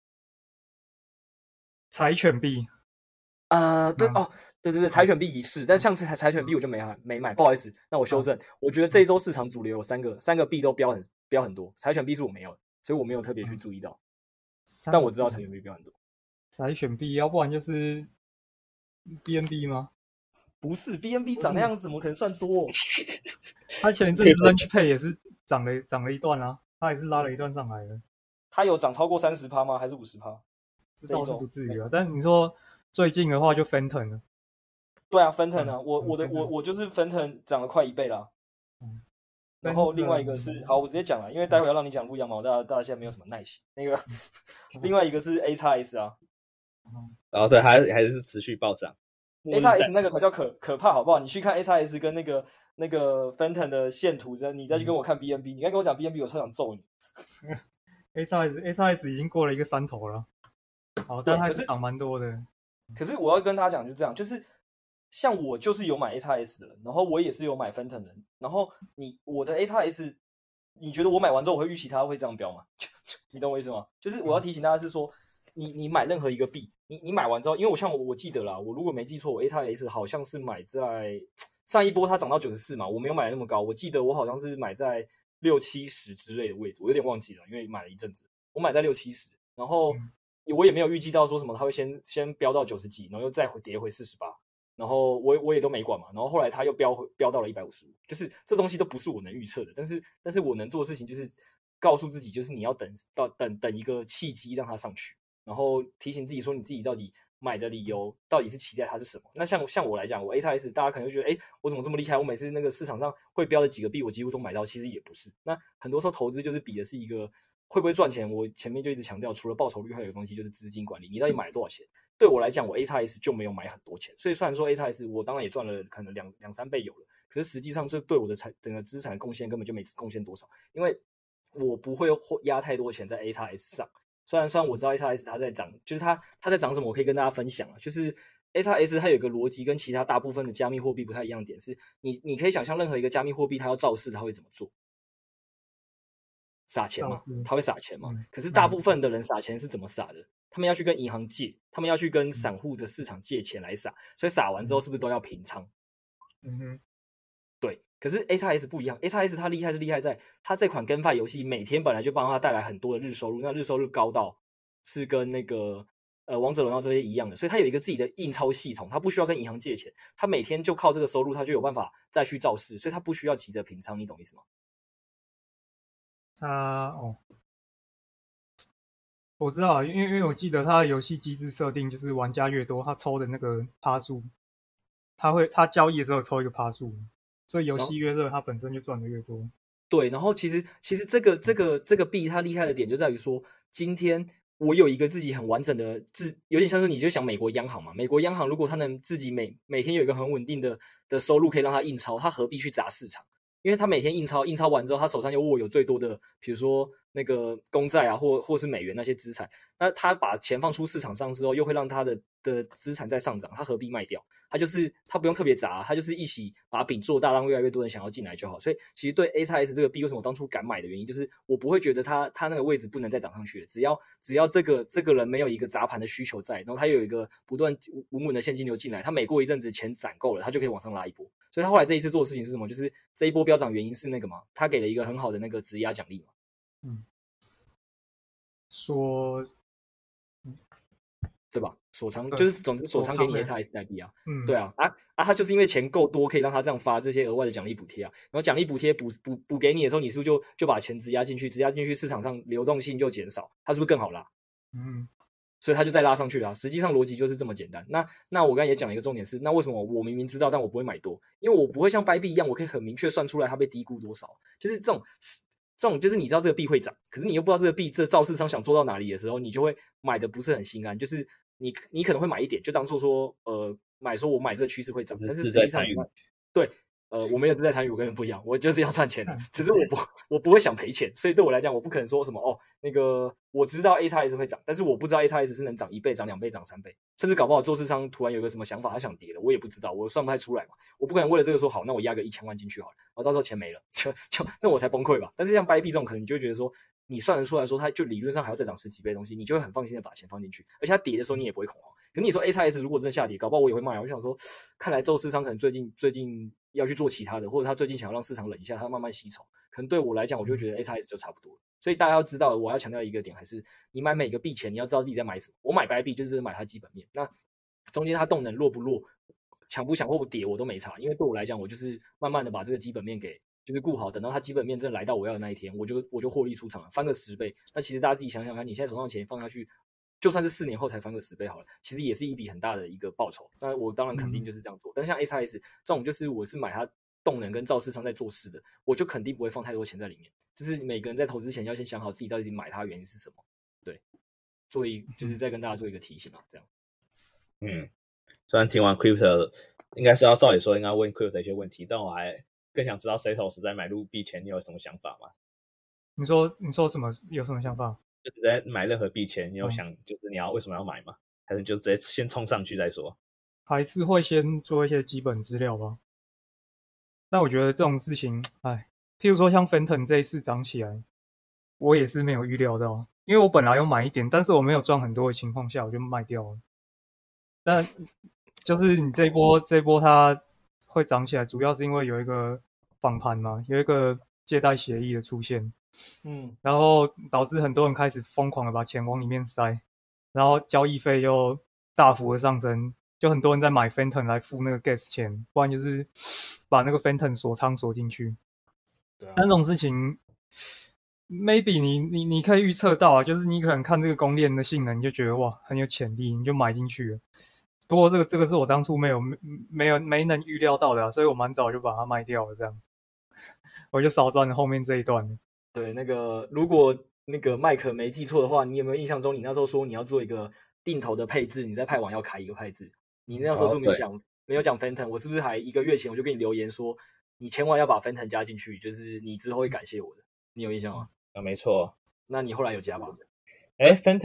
柴犬币。 对，柴犬币也是，但像柴犬币我就没买，不好意思，那我修正，我觉得这一周市场主流有3个币都飙很多，柴犬币是我没有的，所以我没有特别去注意到，但我知道柴犬币飙很多。 柴犬币，要不然就是 BNB 吗？ 不是 BNB 长那样子，怎么可能算多？ 它前一阵子 Lunch Pay 也是涨了一段啊，它也是拉了一段上来的。 它有涨超过30%吗？还是50%？ 这倒是不至于啊，但你说最近的话就 Phantom 了。 对啊 ，Phantom 啊，我就是 Phantom 涨了快1倍啦。然后另外一个是，好，我直接讲了，因为待会要让你讲路羊毛，大家现在没有什么耐心。那个另外一个是 AXS 啊， 然后对，还是持续暴涨。 AXS 那个才叫可怕，好不好？你去看 AXS 跟那个 Phantom 的线图，你再去跟我看 BNB， 你刚跟我讲 BNB， 我超想揍你。 AXS 已经过了一个山头了，好，但还是涨蛮多的。 可是我要跟大家讲，就这样，就是像我就是有买 AXS 的人，然后我也是有买 Phantom 的人，然后我的 AXS， 你觉得我买完之后我会预期它会这样飙吗？你懂我意思吗？就是我要提醒大家是说，你买任何一个币，你买完之后，因为我记得啦，我如果没记错，我 AXS 好像是买在上一波它涨到94嘛，我没有买那么高，我记得我好像是买在60-70之类的位置，我有点忘记了，因为买了一阵子，我买在60-70，然后我也没有预计到说什么它会先飙到90几，然后又再跌回48，然后我也都没管嘛，然后后来它又飙到了155，就是这东西都不是我能预测的，但是我能做的事情就是告诉自己，就是你要等一个契机让它上去，然后提醒自己说你自己到底买的理由到底是期待它是什么。那像我来讲，我 AXS 大家可能会觉得我怎么这么厉害，我每次那个市场上会标的几个币我几乎都买到，其实也不是。那很多时候投资就是比的是一个会不会赚钱。我前面就一直强调，除了报酬率还有一个东西就是资金管理，你到底买了多少钱。对我来讲，我 AXS 就没有买很多钱，所以虽然说 AXS 我当然也赚了可能2-3倍有了，可是实际上这对我的整个资产贡献根本就没贡献多少，因为我不会压太多钱在 AXS 上。虽然我知道 AXS 它在涨，就是它在涨什么，我可以跟大家分享啊。就是 XRS 它有一个逻辑跟其他大部分的加密货币不太一样的点是，你可以想象任何一个加密货币它要造势它会怎么做？撒钱嘛，他会撒钱嘛。可是大部分的人撒钱是怎么撒的？他们要去跟银行借，他们要去跟散户的市场借钱来撒，所以撒完之后是不是都要平仓？对。可是 XRS 不一样 ，XRS 它厉害是厉害在它这款 GameFi 游戏每天本来就帮它带来很多的日收入，那日收入高到是跟那个王者荣耀这些一样的，所以它有一个自己的印钞系统，它不需要跟银行借钱，它每天就靠这个收入，它就有办法再去造势，所以它不需要急着平仓，你懂意思吗？ 我知道，因为我记得它的游戏机制设定就是玩家越多，它抽的那个趴数，它交易的时候抽一个趴数，所以游戏越热，它本身就赚的越多。 对，然后其实这个币它厉害的点就在于说，今天我有一个自己很完整的有点像是你就想美国央行嘛，美国央行如果它能自己每天有一个很稳定的收入可以让它印钞，它何必去砸市场？因为他每天印钞完之后，他手上又握有最多的，比如说那个公债啊，或是美元那些资产。那他把钱放出市场上之后，又会让他的资产在上涨，他何必卖掉？他不用特别砸，他就是一起把饼做大，让越来越多人想要进来就好。所以其实对 XRS 这个币，为什么我当初敢买的原因，就是我不会觉得他那个位置不能再涨上去了。只要这个人没有一个砸盘的需求在，然后他有一个不断稳稳的现金流进来，他每过一阵子钱攒够了，他就可以往上拉一波。所以他后来这一次做的事情是什么？就是这一波飙涨原因是那个嘛，他给了一个很好的那个质押奖励嘛。对吧？锁仓就是总之锁仓给你 XRS 代币啊。对啊，他就是因为钱够多，可以让他这样发这些额外的奖励补贴啊。然后奖励补贴补给你的时候，你是不是就把钱质押进去，市场上流动性就减少，它是不是更好拉？所以他就再拉上去了实际上逻辑就是这么简单。那我刚才也讲了一个重点是，那为什么我明明知道，但我不会买多？因为我不会像掰币一样，我可以很明确算出来它被低估多少。就是这种就是你知道这个币会涨，可是你又不知道这个币这造市商想做到哪里的时候，你就会买的不是很心安。就是你可能会买一点，就当做说说我买这个趋势会涨，但是实际上对。我没有志在参与，我跟人不一样，我就是要赚钱的。只是我不会想赔钱，所以对我来讲，我不可能说什么那个我知道 XRS 会涨，但是我不知道 XRS 是能涨1倍、涨2倍、涨3倍，甚至搞不好做市商突然有个什么想法，他想跌了，我也不知道，我算不太出来嘛。我不可能为了这个说好，那我压个1000万进去好了，然后到时候钱没了，那我才崩溃吧。但是像掰币这种，可能你就会觉得说，你算得出来说，它就理论上还要再涨10几倍的东西，你就会很放心的把钱放进去，而且它跌的时候你也不会恐慌。可是你说 XRS 如果真的下跌，搞不好我也会卖。我想说，看来宙市商可能最近要去做其他的，或者他最近想要让市场冷一下，他慢慢吸筹。可能对我来讲，我就觉得 XRS 就差不多了。所以大家要知道，我要强调一个点，还是你买每个币前，你要知道自己在买什么。我买白币就是买它基本面，那中间它动能弱不弱，强不强或不跌我都没差，因为对我来讲，我就是慢慢的把这个基本面给就是顾好，等到它基本面真的来到我要的那一天，我就获利出场了，翻个10倍。那其实大家自己想想看，你现在手上的钱放下去，就算是4年后才翻个10倍好了，其实也是一笔很大的一个报酬。那我当然肯定就是这样做，但是像 XRS 这种，就是我是买它动能跟造市商在做事的，我就肯定不会放太多钱在里面。就是每个人在投资前要先想好自己到底买它的原因是什么，对，所以就是再跟大家做一个提醒啊，这样。 虽然听完 Crypto 应该是要照理说应该问 Crypto 的一些问题，但我还更想知道 Setos 在买入币前你有什么想法吗？ 你说什么？有什么想法？ 就是在买任何币前，你有想就是你要为什么要买吗？还是就直接先冲上去再说？ 还是会先做一些基本资料吧。但我觉得这种事情，譬如说像 Phantom 这一次涨起来，我也是没有预料到，因为我本来有买一点，但是我没有赚很多的情况下，我就卖掉了。但就是你这一波它会涨起来，主要是因为有一个访盘嘛，有一个借贷协议的出现，然后导致很多人开始疯狂的把钱往里面塞，然后交易费又大幅的上升，就很多人在买 Phantom 来付那个 gas 钱，不然就是把那个 Phantom 锁仓锁进去。对啊，但这种事情 maybe 你可以预测到啊，就是你可能看这个公链的性能，你就觉得哇很有潜力，你就买进去了。不过这个是我当初没能预料到的啊，所以我蛮早就把它卖掉了，这样我就少赚了后面这一段了。 对，那个如果那个麦克没记错的话，你有没有印象中你那时候说你要做一个定投的配置，你在派网要开一个配置，你那时候是不是没有讲 Phantom？ 我是不是还1个月前我就给你留言说你千万要把 Phantom 加进去，就是你之后会感谢我的，你有印象吗？ 没错。 那你后来有加吗？ Phantom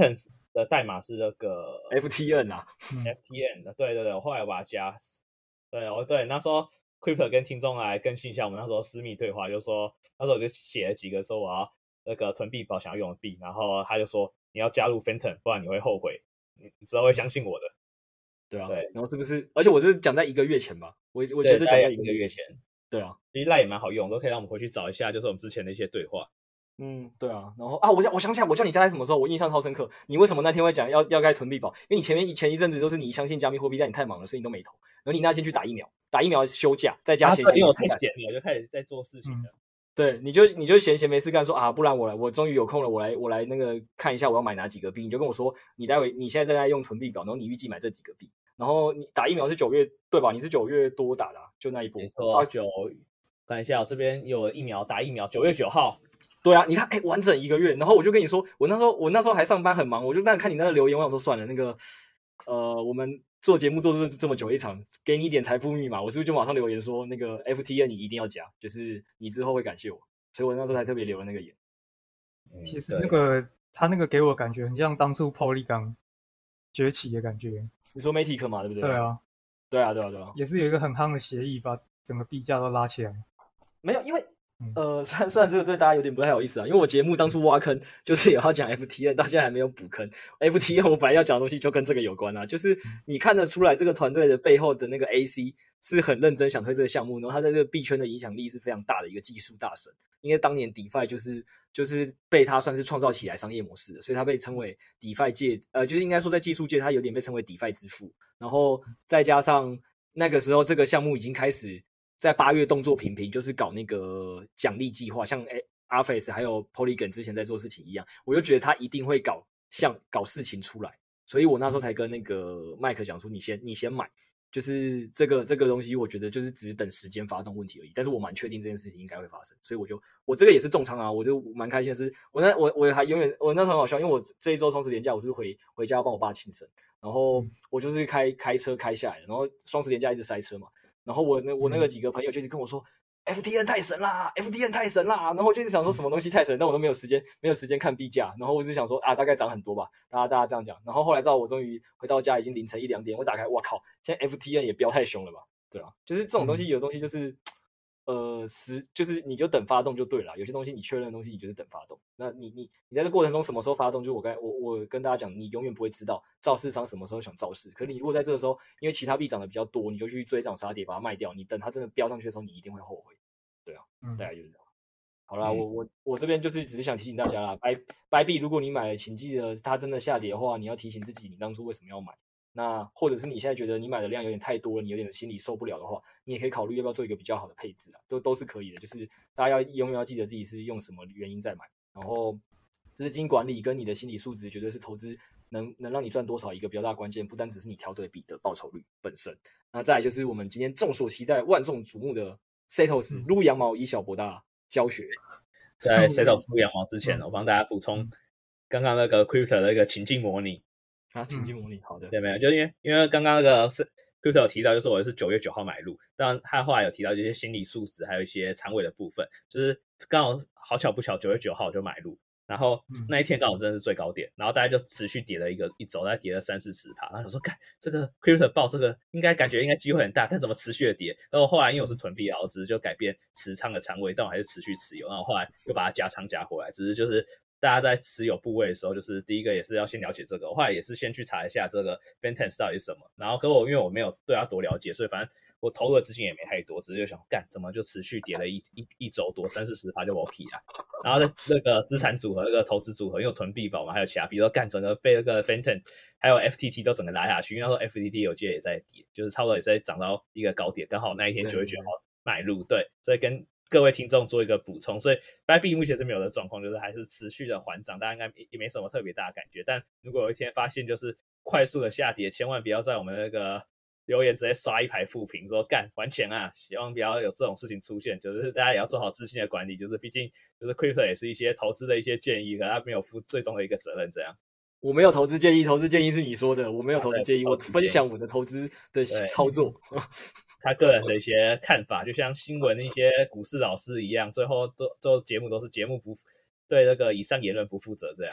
的代码是那个 FTN 啊 ，FTN 的，对对对，我后来我把它加，对，那时候 Crypto 跟听众来更新一下我们那时候私密对话，就说那时候我就写了几个说我要那个囤币宝想要用的币，然后他就说你要加入 Phantom， 不然你会后悔，你之后会相信我的。 对啊， 对， 然后这不是，而且我是讲在1个月前吧，我觉得讲在 1个月前， 对啊， 其实 LINE 也蛮好用，都可以让我们回去找一下，就是我们之前的一些对话。 对啊，然后啊，我想起来，我叫你加在什么时候？我印象超深刻。你为什么那天会讲要该囤币宝？因为你前一阵子都是你相信加密货币，但你太忙了，所以你都没投。然后你那天去打疫苗休假，在家闲闲因为我太闲了，我就开始在做事情了。 对，你就闲闲没事干，说啊，不然我终于有空了，我来那个看一下我要买哪几个币。你就跟我说，你现在正在用囤币表，然后你预计买这几个币。然后你打疫苗是9月对吧？你是9月多打的就那一波。 没错，看一下，我这边有打疫苗，9月9号。 对啊，你看，完整1个月，然后我就跟你说，我那时候还上班很忙，我就那看你那个留言，我想说算了，那个我们做节目做这么久一场，给你一点财富密码，我是不是就马上留言说那个 FTN 你一定要加，就是你之后会感谢我，所以我那时候才特别留了那个言。 其实他那个给我感觉很像当初 Polygon 崛起的感觉。 你说 Matic 嘛，对不对？ 对啊， 对啊， 也是有一个很夯的协议，把整个币价都拉起来。 没有，因为虽然这个对大家有点不太好意思啊，因为我节目当初挖坑就是也要讲 FTN， 到现在还没有补坑。FTN 我本来要讲的东西就跟这个有关啊，就是你看得出来这个团队的背后的那个 AC 是很认真想推这个项目，然后他在这个币圈的影响力是非常大的一个技术大神。因为当年 DeFi 就是被他算是创造起来商业模式的，所以他被称为 DeFi 界就是应该说在技术界他有点被称为 DeFi 之父。然后再加上那个时候这个项目已经开始在8月动作频频，就是搞那个奖励计划，像Arface 还有 Polygon 之前在做事情一样，我就觉得他一定会搞事情出来，所以我那时候才跟那个麦克讲说，你先买，就是这个东西，我觉得就是只是等时间发动问题而已，但是我蛮确定这件事情应该会发生，所以我这个也是重仓啊，我就蛮开心的是，我还永远我那时候很好笑，因为我这一周双十连假我是回家帮我爸庆生，然后我就是开车开下来，然后双十连假一直塞车嘛。然后我那个几个朋友就一直跟我说 FTN 太神啦 FTN 太神啦，然后我就一直想说什么东西太神，但我都没有时间看币价，然后我只想说啊大概涨很多吧，大家这样讲，然后后来到我终于回到家已经凌晨1-2点，我打开哇靠，现在 FTN 也飙太凶了吧，对啊，就是这种东西有的东西就是就是你就等发动就对了，有些东西你确认的东西你就是等发动，那你在这过程中什么时候发动，就是我跟大家讲，你永远不会知道造市商什么时候想造市，可是你如果在这个时候因为其他币涨得比较多，你就去追涨杀跌把它卖掉，你等它真的飙上去的时候你一定会后悔，对啊，大概就是这样。好啦，我这边就是只是想提醒大家啦，白币如果你买了，请记得它真的下跌的话，你要提醒自己你当初为什么要买。那或者是你现在觉得你买的量有点太多了，你有点心里受不了的话，你也可以考虑要不要做一个比较好的配置啊，都是可以的。就是大家永远要记得自己是用什么原因在买，然后资金管理跟你的心理素质绝对是投资能让你赚多少一个比较大的关键，不单只是你挑对币的报酬率本身。那再来就是我们今天众所期待、万众瞩目的 Setos 撸羊毛以小博大教学。 在 Setos 撸羊毛之前，我帮大家补充刚刚那个 Crypto 的那个情境模拟。 情境模拟，好的， 对，没有，就因为刚刚那个Crypto 有提到，就是我是9月9号买入，当然他后来有提到这些心理素质，还有一些仓位的部分，就是刚好好巧不巧9月9号我就买入，然后那一天刚好真的是最高点，然后大概就持续跌了一周，大概跌了30-40%，然后我说，看这个 Crypto 爆这个感觉应该机会很大，但怎么持续的跌？然后后来因为我是囤币啊，我只是就改变持仓的仓位，但我还是持续持有，然后后来又把它加仓加回来，只是就是大家在持有部位的时候，就是第一个也是要先了解这个，我后来也是先去查一下这个 Binance 到底是什么，然后因为我没有对它多了解，所以反正我投入的资金也没太多，只是就想干怎么就持续跌了一周多30-40%就 OK 了，然后那个资产组合那个投资组合，因为囤币宝嘛，还有其他币都干整个被那个 Binance 还有 FTT 都整个拉下去，因为那时候 FTT 有记得也在跌，就是差不多也是在涨到一个高点，刚好那一天9月9号买入，对，所以跟各位听众做一个补充，所以白币目前是没有的状况，就是还是持续的缓涨，大家应该也没什么特别大的感觉。但如果有一天发现就是快速的下跌，千万不要在我们那个留言直接刷一排负评，说干还钱啊！希望不要有这种事情出现，就是大家也要做好资金的管理，就是毕竟就是 Crypto 也是一些投资的一些建议，可他没有负最终的一个责任，这样。 我没有投资建议，投资建议是你说的，我没有投资建议，我分享我的投资的操作。 他个人的一些看法，就像新闻一些股市老师一样，最后节目都是节目不对那个以上言论不负责这样。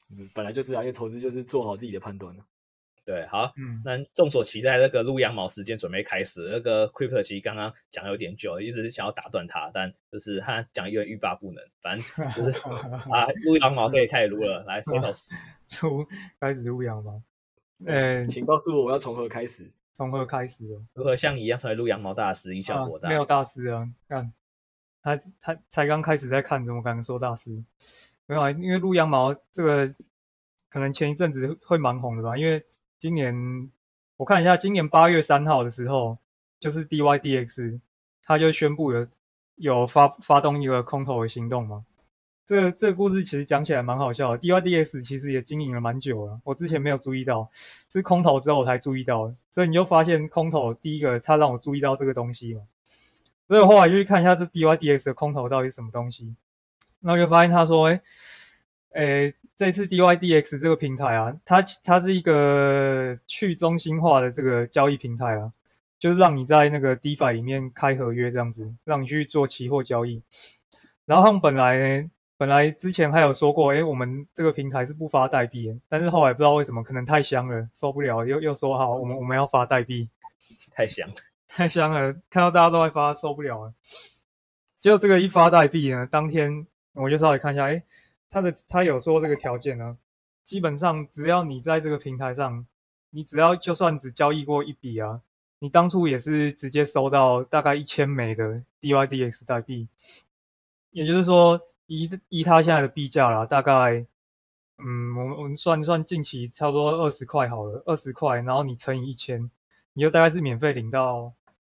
本来就是啊，因为投资就是做好自己的判断啊。 对，好，那众所期待那个撸羊毛时间准备开始，那个 Crypto 其实刚刚讲有点久，一直想要打断他，但就是他讲有点欲罢不能，反正就是啊，撸羊毛可以开始撸了，来Setos 开始撸羊毛， 请告诉我要从何开始？ 从何开始哦？ 如何像你一样成为撸羊毛大师，以小博大？ 没有大师啊，看他才刚开始在看，怎么敢说大师？没有啊，因为撸羊毛这个可能前一阵子会蛮红的吧，因为今年我看一下，今年8月3号的时候，就是 DYDX 他就宣布有发动一个空投的行动嘛。这个故事其实讲起来蛮好笑的。DYDX 其实也经营了蛮久了，我之前没有注意到，是空投之后我才注意到的。所以你就发现空投第一个，他让我注意到这个东西嘛。所以我后来就去看一下这 DYDX 的空投到底是什么东西，然后就发现他说，这次 DYDX 这个平台啊，它是一个去中心化的这个交易平台啊，就是让你在那个 DeFi 里面开合约这样子，让你去做期货交易。然后他们本来之前还有说过，我们这个平台是不发代币的，但是后来不知道为什么，可能太香了，受不了，又说好，我们要发代币， 太香了， 太香了，看到大家都在发，受不了了。结果这个一发代币呢，当天我就稍微看一下，他有说这个条件呢，基本上只要你在这个平台上，你只要就算只交易过一笔啊，你当初也是直接收到大概1000枚的 DYDX 代币，也就是说依它现在的币价啦，大概我们算近期差不多20块好了，20块，然后你乘以1000，你就大概是免费领到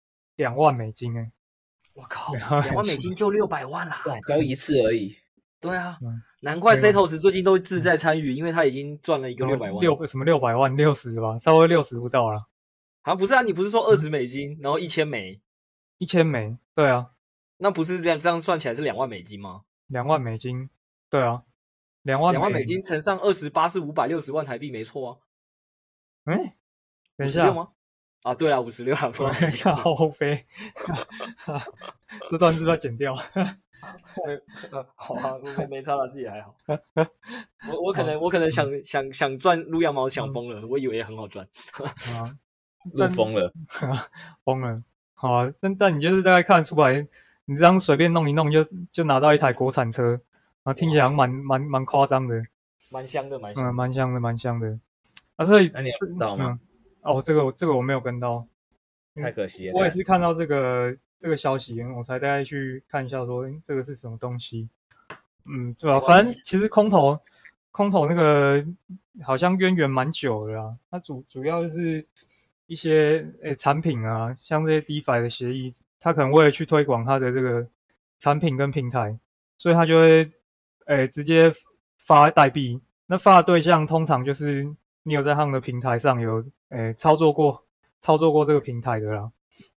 2万美金哎。 我靠，2万美金就600万啦！ 交易一次而已。 对啊，难怪 Setos 最近都自在参与，因为他已经赚了一个600万。 什么600万，60吧，差不多60不到啦。 啊，不是啊，你不是说20美金，然后1000枚 ？1000枚，对啊。 那不是这样算起来是2万美金吗 ？2万美金，对啊，2万美金乘上28是560万台币，没错啊。等一下 56吗？啊，对啊，56啊，不好下后飞，这段是不是要剪掉？ 好啊，没差了，自己还好。我可能想赚撸羊毛想疯了，我以为也很好赚。 撸疯了， 疯了。好啊，但你就是大概看得出来，你这样随便弄一弄就拿到一台国产车，啊，听起来蛮夸张的， 蛮香的，蛮香的。啊，所以那你有知道吗？ 这个我没有跟到， 太可惜了。 我也是看到这个消息，我才大概去看一下说这个是什么东西。对吧？反正其实空投那个好像渊源蛮久的啦，它主要就是一些产品啊，像这些 DeFi 的协议，它可能为了去推广它的这个产品跟平台，所以它就会直接发代币。那发的对象通常就是你有在他们的平台上有操作过这个平台的啦。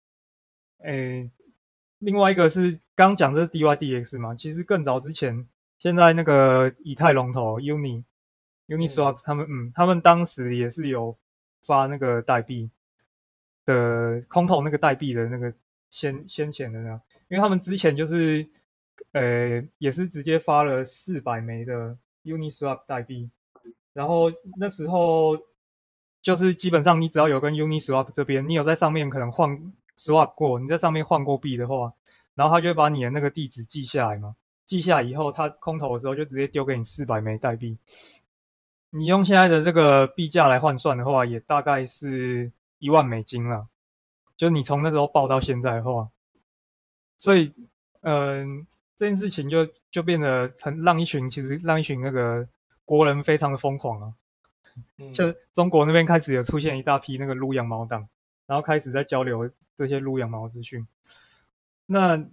另外一个是刚讲这是 DYDX 嘛，其实更早之前，现在那个以太龙头 Uniswap 他们当时也是有发那个代币的空投那个代币的那个先前的那个，因为他们之前就是也是直接发了400枚的 Uniswap 代币，然后那时候就是基本上你只要有跟 Uniswap 这边，你有在上面可能swap 过，你在上面换过币的话，然后他就会把你的那个地址记下来嘛，记下来以后，他空投的时候就直接丢给你400枚代币。你用现在的这个币价来换算的话，也大概是1万美金啦。就你从那时候报到现在的话，所以这件事情就变得让一群那个国人非常的疯狂啊。就中国那边开始有出现一大批那个撸羊毛党，然后开始在交流这些撸羊毛资讯。那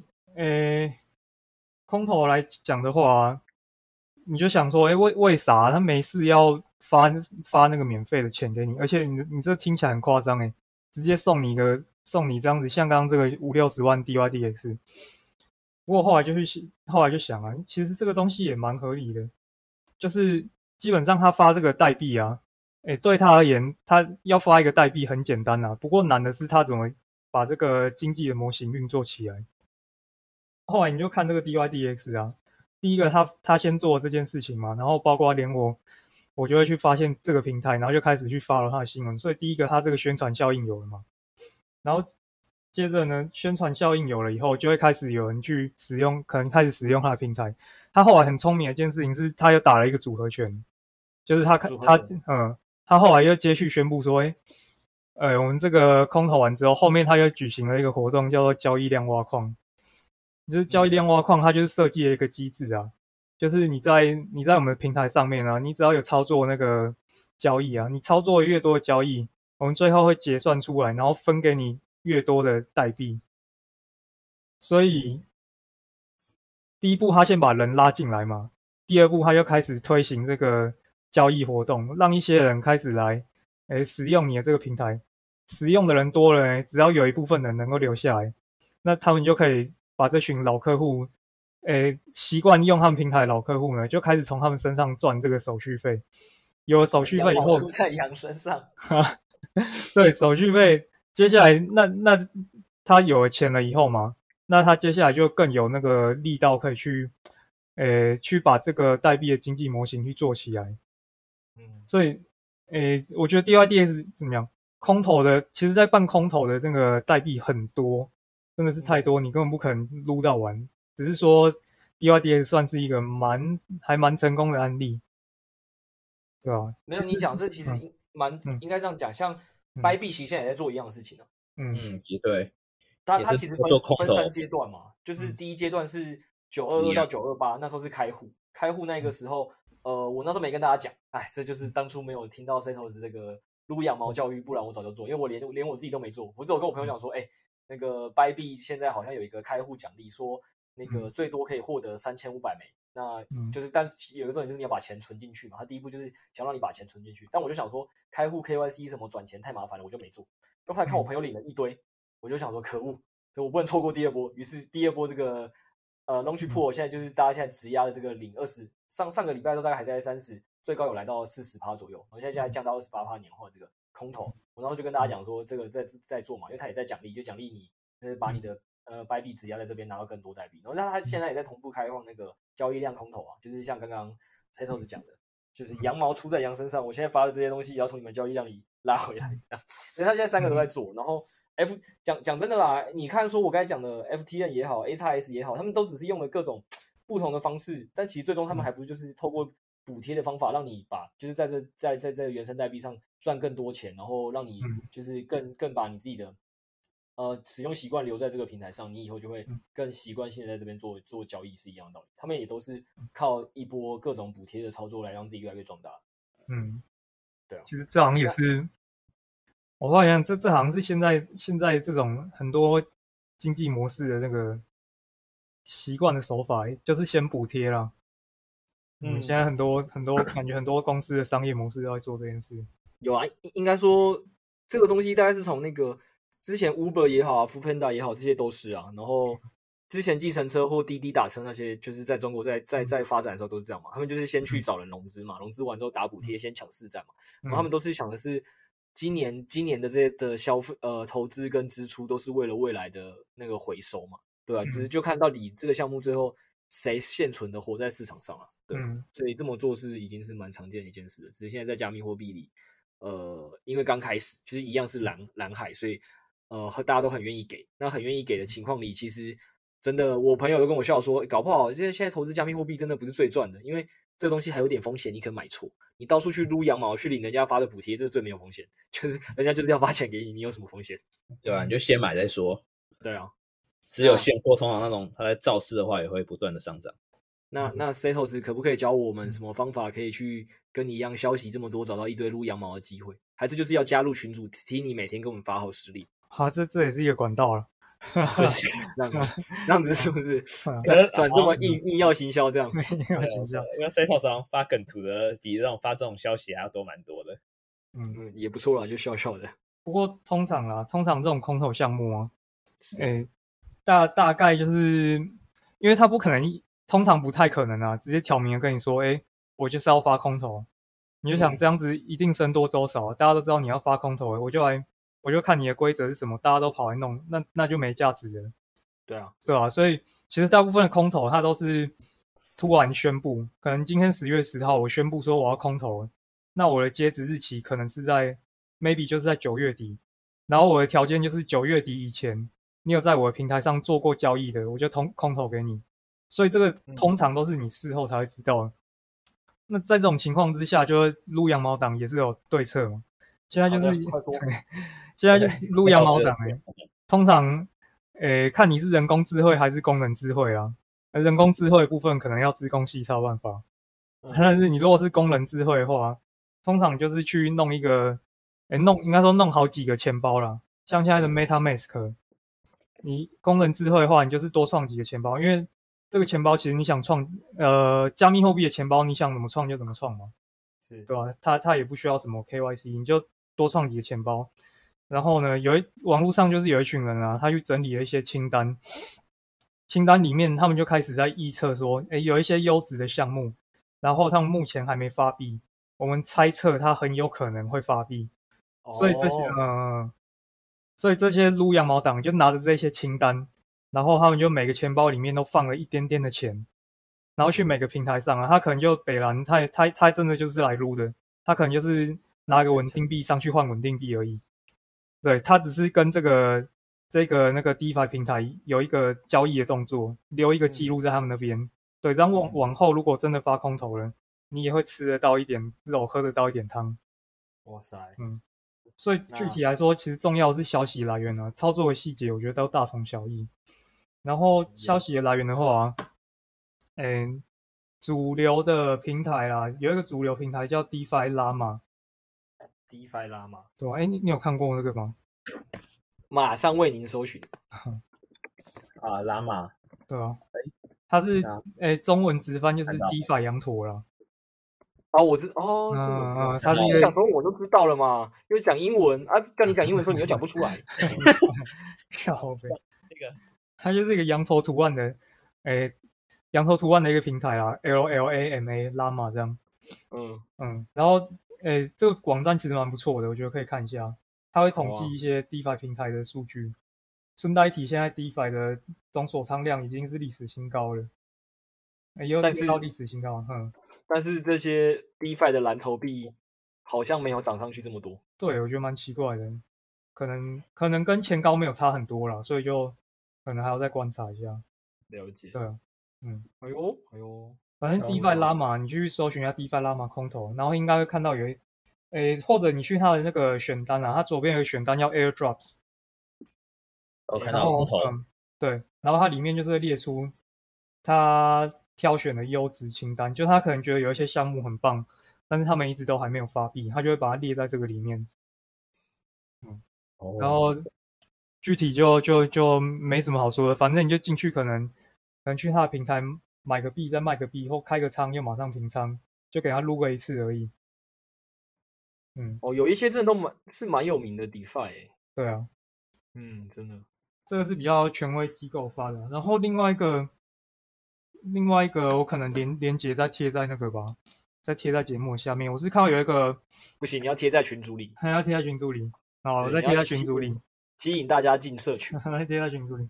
空头来讲的话，你就想说，为啥他没事要发那个免费的钱给你？而且你这听起来很夸张直接送你这样子，像刚刚这个50-60万 DYDX。不过后来就想啊，其实这个东西也蛮合理的，就是基本上他发这个代币啊，对他而言，他要发一个代币很简单啊，不过难的是他怎么把这个经济的模型运作起来。后来你就看这个 DYDX 啊，第一个他先做这件事情嘛，然后包括连我我就会去发现这个平台，然后就开始去 follow 它的新闻。所以第一个，它这个宣传效应有了嘛，然后接着呢，宣传效应有了以后，就会开始有人去使用，可能开始使用它的平台。他后来很聪明的一件事情是，他又打了一个组合拳，就是他后来又接续宣布说，我们这个空投完之后，后面他又举行了一个活动，叫做交易量挖矿。就是交易量挖矿，它就是设计了一个机制啊，就是你在我们的平台上面啊，你只要有操作那个交易啊，你操作越多的交易，我们最后会结算出来，然后分给你越多的代币。所以第一步他先把人拉进来嘛，第二步他就开始推行这个交易活动，让一些人开始来使用你的这个平台。使用的人多了呢，只要有一部分人能够留下来，那他们就可以把这群老客户习惯用他们平台的老客户呢，就开始从他们身上赚这个手续费。有了手续费以后， 出在羊身上。 对，手续费，接下来那他有了钱了以后嘛，那他接下来就更有那个力道可以去把这个代币的经济模型去做起来。所以我觉得 DYDX 怎么样？空投的，其实在办空投的那个代币很多，真的是太多，你根本不可能撸到完。只是说 DYDX 算是一个还蛮成功的案例，对吧？ 没有，你讲这其实应该这样讲，像Bybit其实现在也在做一样的事情啊。 对。 它其实分3阶段嘛，就是第一阶段是922到928，那时候是开户那个时候，我那时候没跟大家讲，这就是当初没有听到 Setos 这个撸羊毛教育，不然我早就做，因为我连我自己都没做，我只有跟我朋友讲说，那个 Bybit 现在好像有一个开户奖励，说那个最多可以获得3500枚，那就是但是有一个重点就是你要把钱存进去嘛，他第一步就是想让你把钱存进去，但我就想说开户 KYC 什么转钱太麻烦了，我就没做，就后来看我朋友领了一堆，我就想说可恶，所以我不能错过第二波，于是第二波这个Launch Pool 现在就是大家现在质押的这个领20，上个礼拜都大概还在30，最高有来到40%左右，我现在降到28%年化这个空投，我然后就跟大家讲说这个在做嘛，因为他也在奖励，就奖励你把你的Bybit质押在这边拿到更多代币，然后他现在也在同步开放那个交易量空投啊，就是像刚刚 Setos 讲的，就是羊毛出在羊身上，我现在发的这些东西也要从你们交易量里拉回来，所以他现在3个都在做，然后讲真的啦，你看说我刚才讲的 FTN 也好 ，AXS 也好，他们都只是用了各种不同的方式，但其实最终他们还不就是透过补贴的方法，让你就是在这原生代币上赚更多钱，然后让你就是更把你自己的使用习惯留在这个平台上，你以后就会更习惯性的在这边做交易是一样的道理。他们也都是靠一波各种补贴的操作来让自己越来越壮大。对啊， 其实这好像也是。我发现这好像是现在这种很多经济模式的那个习惯的手法，就是先补贴啦。现在很多感觉很多公司的商业模式都在做这件事。 有啊，应该说这个东西大概是从那个之前 Uber 也好啊 ，Foodpanda 也好，这些都是啊。然后之前计程车或滴滴打车那些，就是在中国在发展的时候都是这样嘛。他们就是先去找人融资嘛，融资完之后打补贴，先抢市占嘛。然后他们都是想的是。今年的这些的消费投资跟支出都是为了未来的那个回收嘛，对吧？只是就看到底这个项目最后谁现存的活在市场上啊，对，所以这么做已经是蛮常见的一件事了。只是现在在加密货币里，因为刚开始就是一样是蓝海，所以大家都很愿意给。那很愿意给的情况里，其实真的我朋友都跟我笑说，搞不好现在投资加密货币真的不是最赚的，因为这个东西还有点风险，你可能买错。你到处去撸羊毛，去领人家发的补贴，这是最没有风险。就是人家就是要发钱给你，你有什么风险？ 对啊，你就先买再说。 对啊， 只有现货，通常那种它在造势的话，也会不断的上涨。 那 Setos 可不可以教我们什么方法可以去跟你一样消息这么多，找到一堆撸羊毛的机会？还是就是要加入群组，替你每天给我们发好实力？ 好，这也是一个管道了。 这样子是不是转这么硬要行销这样？ 硬要行销， 因为 Setos 上发梗图的比这种发这种消息还要多蛮多的。 也不错啦，就笑笑的。 不过通常这种空投项目啊，大概就是因为他不可能，通常不太可能啊，直接挑明的跟你说，我就是要发空投，你就想这样子一定僧多粥少，大家都知道你要发空投，我就看你的规则是什么，大家都跑来弄，那就没价值了。 对啊， 对啊，所以其实大部分的空投它都是突然宣布，可能今天10月10号我宣布说我要空投， 那我的截止日期可能是在 maybe 就是在9月底，然后我的条件就是9月底以前，你有在我的平台上做过交易的，我就空投给你。所以这个通常都是你事后才会知道的。那在这种情况之下，就会撸羊毛党也是有对策嘛。现在就是现在就撸羊毛党通常看你是人工智慧还是工人智慧啊。人工智慧的部分可能要资工系才有办法，但是你如果是工人智慧的话，通常就是去弄一个，应该说弄好几个钱包啦。像现在的 MetaMask， 你工人智慧的话，你就是多创几个钱包，因为这个钱包其实你想创，加密货币的钱包你想怎么创就怎么创嘛， 是对吧？它也不需要什么 KYC， 你就多创几个钱包。然后呢，网络上就是有一群人啊，他去整理了一些清单。清单里面，他们就开始在预测说，有一些优质的项目，然后他们目前还没发币，我们猜测它很有可能会发币，所以这些撸羊毛党就拿着这些清单，然后他们就每个钱包里面都放了一点点的钱，然后去每个平台上啊，他可能就北蓝，他真的就是来撸的，他可能就是拿个稳定币上去换稳定币而已，对，他只是跟那个 DeFi 平台有一个交易的动作，留一个记录在他们那边。对，这样往后如果真的发空头了，你也会吃得到一点肉，喝得到一点汤。 哇塞， 所以具体来说，其实重要的是消息来源啊，操作的细节我觉得都大同小异。然后消息的来源的话，主流的平台啦，有一个主流平台叫 DeFi Llama。DeFi Llama， 对吧？你有看过那个吗？ 马上为您搜寻。 拉玛， 对啊，它是中文直翻就是 DeFi 羊驼啦。 我知道， 它是一个讲中文我就知道了嘛，因为讲英文啊，跟你讲英文的时候你又讲不出来。 靠北，它就是一个羊驼图案的，羊驼图案的一个平台啦 ，LLAMA Llama 这样。然后这个网站其实蛮不错的，我觉得可以看一下。它会统计一些 DeFi 平台的数据。顺带一提，现在 DeFi 的总锁仓量已经是历史新高了，又到历史新高。 但是这些 DeFi 的蓝筹币好像没有涨上去这么多。 对，我觉得蛮奇怪的，可能跟前高没有差很多啦，所以就可能还要再观察一下。 了解。 对啊， 哎呦， 反正 DeFi Llama，你去搜寻一下 DeFi Llama 空投，然后应该会看到或者你去它的那个选单啊，它左边有个选单叫 Airdrops。 我看到空投。 对，然后它里面就是会列出它挑选的优质清单，就他可能觉得有一些项目很棒，但是他们一直都还没有发币，他就会把它列在这个里面。然后具体就没什么好说的，反正你就进去可能去他的平台买个币，再卖个币，或开个仓又马上平仓，就给他撸个一次而已。 有一些真的都蛮有名的 DeFi。 对啊， 真的， 这个是比较权威机构发的。然后另外一个我可能连结再贴在那个吧，再贴在节目下面。我是看到有一个不行，你要贴在群组里， 还要贴在群组里。好，我再贴在群组里， 吸引大家进社群。 再贴在群组里。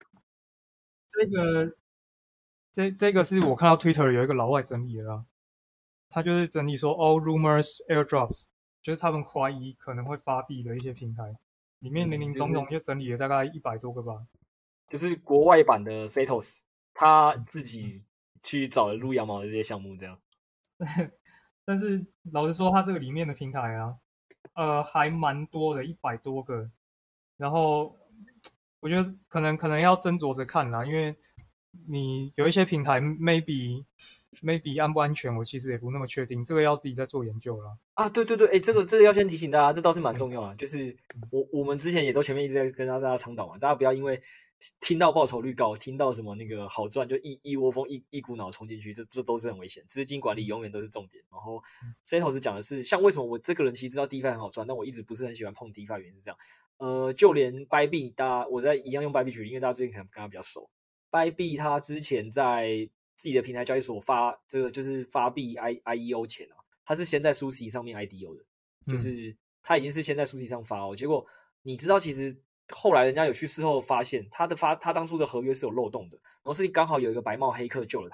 这个是我看到 Twitter 有一个老外整理的啦，他就是整理说 All rumors airdrops， 就是他们怀疑可能会发币的一些平台，里面林林总总就整理了大概100多个吧。 就是国外版的 Setos， 他自己去找了撸羊毛的这些项目这样。 但是老实说，他这个里面的平台啊，还蛮多的，100多个。然后我觉得可能要斟酌着看啦，因为你有一些平台 maybe 安不安全，我其实也不那么确定，这个要自己再做研究啦。 对，这个要先提醒大家，这倒是蛮重要的。就是我们之前也都前面一直在跟大家倡导嘛，大家不要因为听到报酬率高，听到什么那个好赚就一窝蜂一股脑冲进去，这都是很危险。资金管理永远都是重点。然后 Setos 讲的是，像为什么我这个人其实知道 DeFi 很好赚，但我一直不是很喜欢碰 DeFi， 原因是这样。就连 Bybit， 我在一样用 Bybit 举例，因为大家最近可能跟他比较熟。Bybit 他之前在自己的平台交易所发这个就是发币 IEO 前他是先在 Sushi 上面 IDO 的，就是他已经是先在 Sushi 上发结果你知道其实后来人家有去事后发现他当初的合约是有漏洞的，然后是刚好有一个白帽黑客救了他，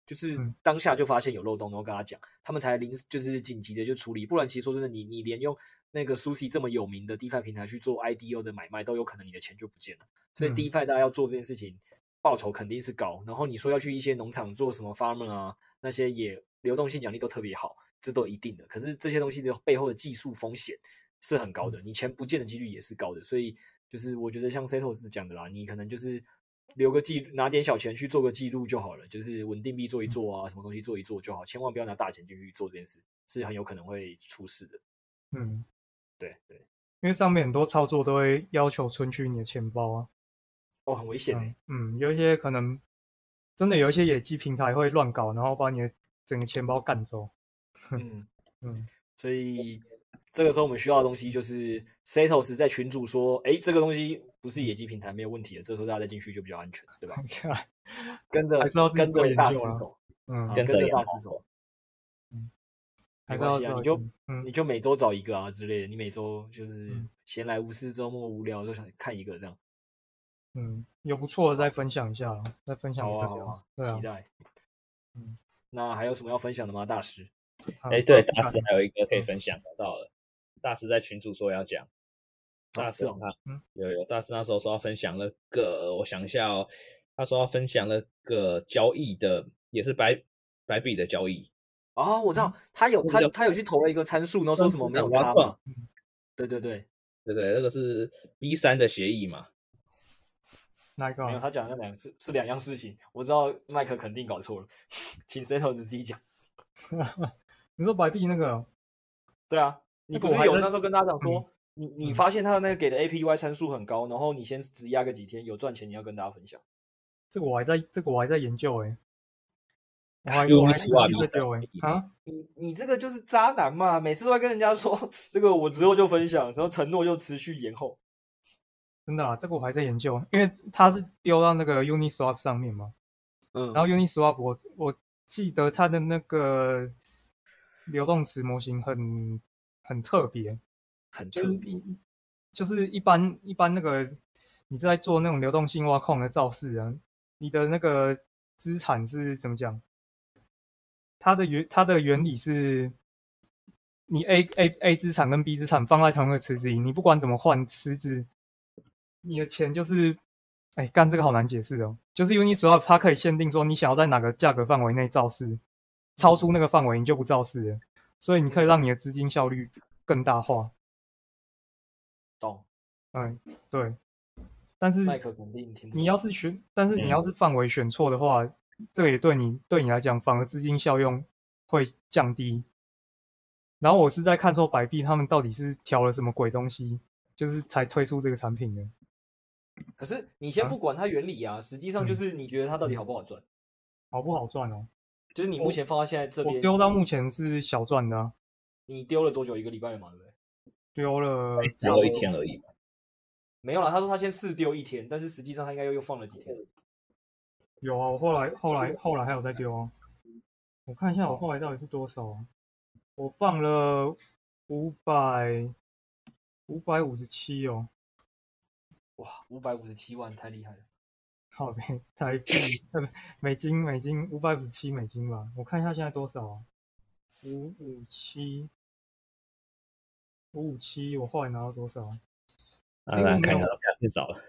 就是嗯当下就发现有漏洞，然后跟他讲，他们才就是紧急的就处理。不然其实说真的，你连用那个 Sushi 这么有名的 DeFi 平台去做 IDO 的买卖，都有可能你的钱就不见了。所以 DeFi 大家要做这件事情，报酬肯定是高。然后你说要去一些农场做什么 farmer 啊，那些也流动性奖励都特别好，这都一定的。可是这些东西的背后的技术风险是很高的，你钱不见的几率也是高的。所以就是我觉得像 Setos 讲的啦，你可能就是留个拿点小钱去做个记录就好了，就是稳定币做一做啊，什么东西做一做就好，千万不要拿大钱进去做这件事，是很有可能会出事的。对， 因为上面很多操作都会要求存取你的钱包啊。 哦，很危险欸。 有一些可能真的有一些野鸡平台会乱搞，然后把你的整个钱包干走。 所以这个时候我们需要的东西就是 Setos 在群组说，这个东西不是野鸡平台没有问题的，这时候大家再进去就比较安全，对吧？跟着大石头，跟着大石头。没关系啊，你就每周找一个啊之类的，你每周就是闲来无事，周末无聊就想看一个这样。 有不错的再分享一下，再分享一下。 好啊，期待。那还有什么要分享的吗，大师？ 对，大师还有一个可以分享到了，大师在群组说要讲，大师有大师那时候说要分享那个，我想一下哦，他说要分享那个交易的，也是白币的交易。 哦，我知道，他有去投了一个参数，然后说什么没有他嘛？对， 那个是 V3 的协议嘛？ 哪一个？ 没有，他讲的是两样事情。我知道麦克肯定搞错了，请 Setos 自己讲。 你说白币那个？ 对啊，你不是有那时候跟大家讲说，你发现他的那个给的 APY 参数很高，然后你先质押个几天，有赚钱你要跟大家分享。 这个我还在研究我还在丢你这个就是渣男嘛！每次都会跟人家说这个我之后就分享，然后承诺就持续延后。 真的这个我还在研究，因为它是丢到那个 Uniswap 上面嘛。然后 Uniswap 我记得它的那个流动池模型很特别，就是一般那个你在做那种流动性挖矿的造势啊，你的那个资产是怎么讲？它的原理是，你 A 资产跟 B 资产放在同一个池子里，你不管怎么换池子，你的钱就是，这个好难解释哦。就是 Uniswap 它可以限定说你想要在哪个价格范围内造势，超出那个范围你就不造势了，所以你可以让你的资金效率更大化。 懂。 对。但是麦克肯定听不懂。 你要是范围选错的话，这个也对你来讲，反而资金效用会降低。然后我是在看说白币他们到底是调了什么鬼东西，就是才推出这个产品的。 可是你先不管它原理啊，实际上就是你觉得它到底好不好赚？ 好不好赚哦？ 就是你目前放到现在这边， 我丢到目前是小赚的。 你丢了多久？1个礼拜了嘛，对不对？ 丢了 1天而已。 没有啦，他说他先试丢1天，但是实际上他应该又放了几天。 有啊，我后来还有在丢啊。我看一下我后来到底是多少啊？我放了557哦。 哇，557万太厉害了。 好的，台币美金$557吧。我看一下现在多少啊？557，我后来拿到多少啊？ 看一下变少了。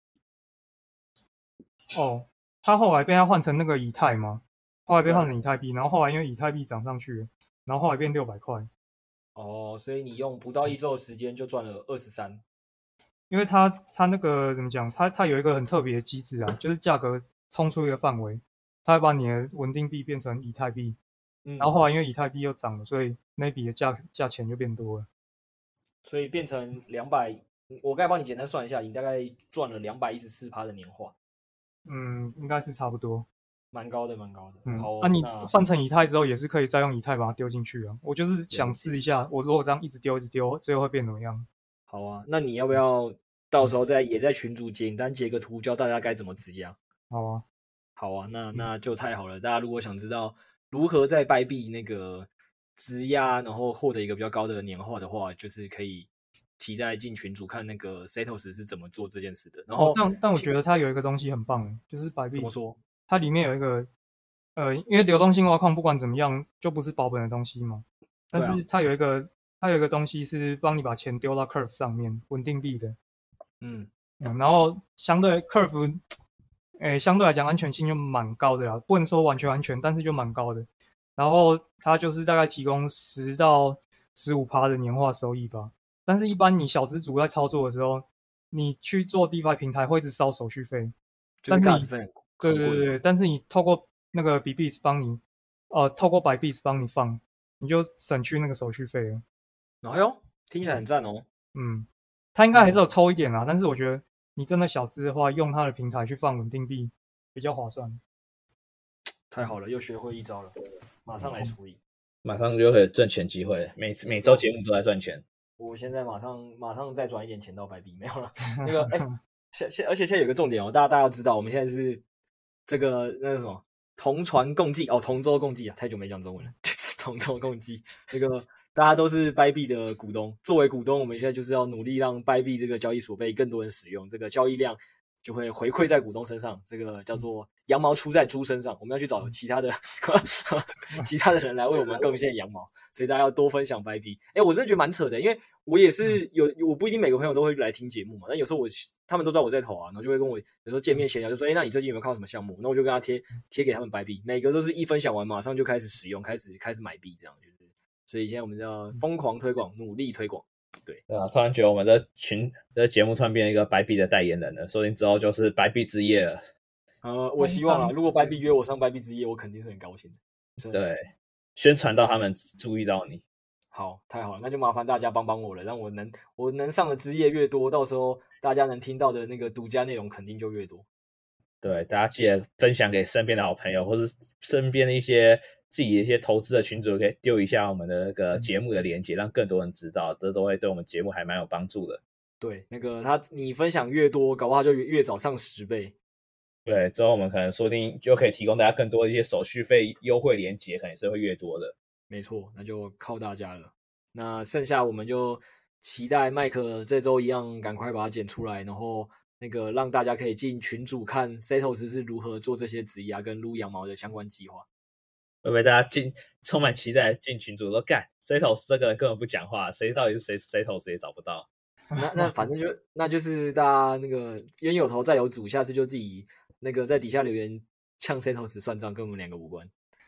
他后来被他换成那个以太嘛，后来被换成以太币，然后后来因为以太币涨上去了，然后后来变600块。 所以你用不到1周的时间就赚了23。 因为他那个怎么讲，他有一个很特别的机制啊，就是价格冲出一个范围，他会把你的稳定币变成以太币，然后后来因为以太币又涨了，所以那笔的价钱就变多了， 所以变成200。我刚才帮你简单算一下，你大概赚了214%的年化。 应该是差不多， 蛮高的。 你换成以太之后，也是可以再用以太把它丢进去啊。我就是想试一下，我如果这样一直丢，最后会变怎么样？ 好啊，那你要不要到时候也在群组简单截个图，教大家该怎么质押？好啊，那就太好了。大家如果想知道如何在白币那个质押，然后获得一个比较高的年化的话，就是可以期待进群组看那个 Setos 是怎么做这件事的。然后， 但我觉得它有一个东西很棒，就是白币。 怎么说？ 它里面有一个因为流动性挖矿不管怎么样就不是保本的东西嘛，但是它有一个东西是帮你把钱丢到 Curve 上面，稳定币的。然后相对 Curve，相对来讲安全性就蛮高的啦，不能说完全安全，但是就蛮高的。然后它就是大概提供10%到15%的年化收益吧。但是，一般你小资主在操作的时候，你去做 DeFi 平台会一直烧手续费， 就是gas费， 对，但是你透过那个 Bybit 帮你，透过Bybit 帮你放，你就省去那个手续费了。 哎呦，听起来很赞哦。 它应该还是有抽一点啦，但是我觉得你真的小资的话，用它的平台去放稳定币比较划算。 太好了，又学会一招了，马上来处理， 马上就可以挣钱机会，每周节目都在赚钱。 我现在马上再转一点钱到白币，没有了。那个而且现在有个重点哦，大家要知道，我们现在是这个那个什么同船共济哦，同舟共济啊，太久没讲中文了，同舟共济。那个大家都是白币的股东，作为股东，我们现在就是要努力让白币这个交易所被更多人使用，这个交易量就会回馈在股东身上，这个叫做羊毛出在猪身上。我们要去找其他的人来为我们贡献羊毛，所以大家要多分享白币。我真的觉得蛮扯的，因为我也是我不一定每个朋友都会来听节目嘛，但有时候他们都知道我在投啊，然后就会跟我有时候见面闲聊，就说那你最近有没有看到什么项目？那我就跟他贴给他们白币，每个都是一分享完马上就开始使用，开始买币这样，就是。所以现在我们要疯狂推广，努力推广。对啊，突然觉得我们的节目突然变成一个白币的代言人了，说不定之后就是白币之夜了。 我希望啊，如果白币约我上白币之夜，我肯定是很高兴的。 对，宣传到他们注意到你。 好，太好了，那就麻烦大家帮我了，让我能上的之夜越多，到时候大家能听到的那个独家内容肯定就越多。 对，大家记得分享给身边的好朋友，或是身边的一些自己的一些投资的群组，可以丢一下我们的那个节目的连结，让更多人知道，这都会对我们节目还蛮有帮助的。 对，那个你分享越多，搞不好就越早上10倍。 对，之后我们可能说不定就可以提供大家更多的一些手续费优惠连结，可能是会越多的。 没错，那就靠大家了。那剩下我们就期待麦克这周一样赶快把它剪出来，然后那个让大家可以进群组看 Setos 是如何做这些质押跟撸羊毛的相关计划。 会不会大家充满期待进群组说干 Setos 这个人根本不讲话，谁到底是谁 Setos 也找不到。 那反正就是大家那个冤有头债有主，下次就自己那个在底下留言呛 Setos 算账，跟我们两个无关。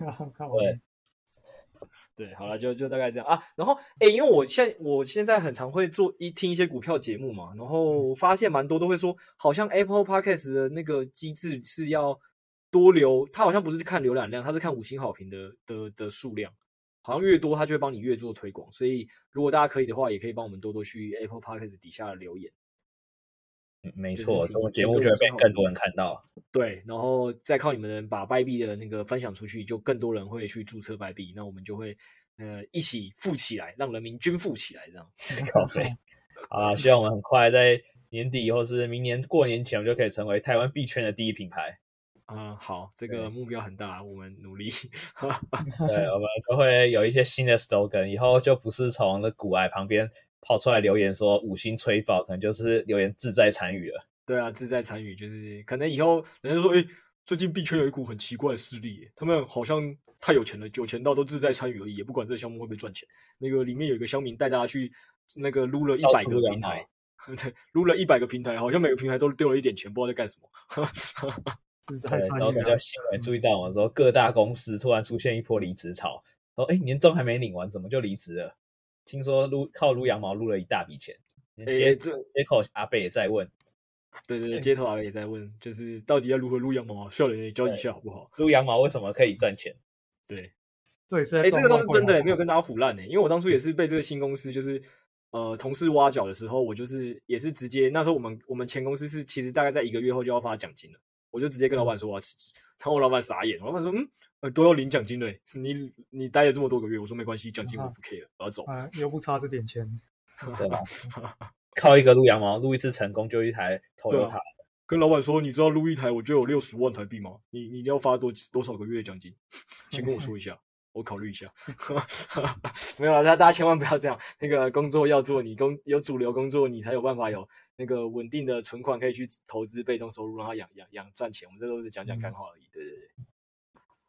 对，好了，就大概这样啊。然后，因为我现在很常会听一些股票节目嘛，然后发现蛮多都会说，好像 Apple Podcast 的那个机制是要多留，它好像不是看浏览量，它是看5星好评的数量，好像越多它就会帮你越做推广。所以如果大家可以的话，也可以帮我们多多去 Apple Podcast 底下留言。 没错，这种节目就会被更多人看到。 对，然后再靠你们把白币的那个分享出去，就更多人会去注册白币，那我们就会一起富起来，让人民均富起来，这样。 靠北。好啦，希望我们很快在年底或是明年过年前，我们就可以成为台湾币圈的第一品牌。 好，这个目标很大，我们努力。 对，我们就会有一些新的 slogan， 以后就不是从那股癌旁边跑出来留言说5星吹爆，可能就是留言志在参与了。 对啊，志在参与，就是可能以后人家说，最近币圈有一股很奇怪的势力，他们好像太有钱了，有钱到都志在参与而已，也不管这个项目会不会赚钱。那个里面有一个乡民带大家去那个撸了100个平台，对，撸了100个平台，好像每个平台都丢了一点钱，不知道在干什么。 对，然后比较新闻注意到我们说各大公司突然出现一波离职潮，说年终还没领完，怎么就离职了？听说靠撸羊毛撸了一大笔钱。街口阿贝也在问， 对，街头阿贝也在问，就是到底要如何撸羊毛啊？笑脸教一下好不好？ 撸羊毛为什么可以赚钱？ 对， 这个都是真的，没有跟大家唬烂因为我当初也是被这个新公司就是同事挖角的时候，我也是直接那时候我们前公司是其实大概在1个月后就要发奖金了。我就直接跟老板说我要辞职，然后我老板傻眼，老板说都要领奖金了，你待了这么多个月，我说没关系，奖金我不 care，我要走， 又不差这点钱， 对吧？靠一个撸羊毛撸一次成功就一台 Toyota， 跟老板说你知道撸一台我就有60万台币吗？你要发多少个月的奖金？先跟我说一下。我考虑一下，没有啦，大家千万不要这样。那个工作要做，你有主流工作，你才有办法有那个稳定的存款可以去投资被动收入，让它养赚钱。我们这都是讲干话而已。对。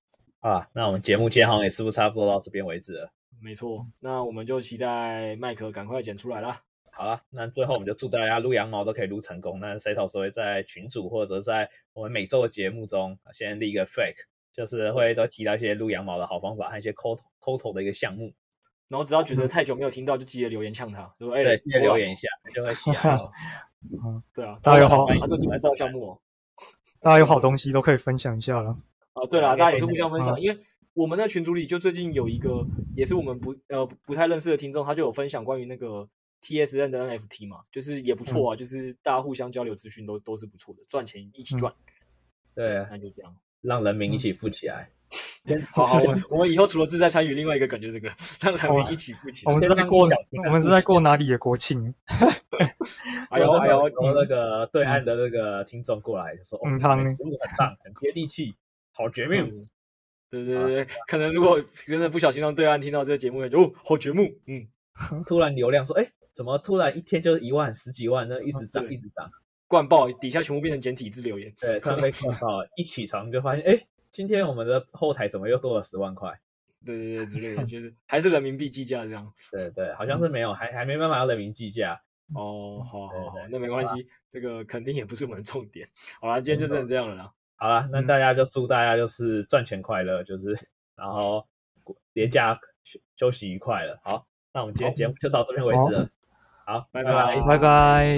啊，那我们节目今天好像也是不是差不多到这边为止了？ 没错，那我们就期待麦克赶快剪出来啦。 好了，那最后我们就祝大家撸羊毛都可以撸成功。那 Setos 会在群组或者在我们每周的节目中先立一个 flag， 就是会都提到一些撸羊毛的好方法和一些抠头的一个项目。 然后只要觉得太久没有听到，就记得留言呛他，就说对，记得留言一下，就会起来了。 对啊， 大家有好， 这题目报项目哦， 大家有好东西都可以分享一下了。 啊，对啦，大家也是互相分享，因为我们的群组里就最近有一个也是我们不太认识的听众，他就有分享关于那个 TSN 的 NFT 嘛，就是也不错啊，就是大家互相交流资讯都是不错的，赚钱一起赚。 对， 那就这样， 让人民一起富起来。 好，我们以后除了自在参与，另外一个梗就是这个，让人民一起富起来。 我们是在过哪里的国庆？ 哎呦，那个对岸的那个听众过来就说，节目很棒，很接地气，好绝妙。 对，可能如果真的不小心让对岸听到这个节目，好节目， 突然流量说，怎么突然一天就1万10几万，那一直涨， 灌爆，底下全部变成简体字留言， 对，突然被灌爆了，一起床就发现，今天我们的后台怎么又多了10万块？ 对之类的，就是还是人民币计价这样。 对，好像是没有，还没办法要人民计价。 哦，好，那没关系，这个肯定也不是我们的重点。好啦，今天就真的这样了啦。 好啦，那大家就祝大家就是赚钱快乐，就是然后连假休息愉快了。好，那我们今天节目就到这边为止了。好，拜拜。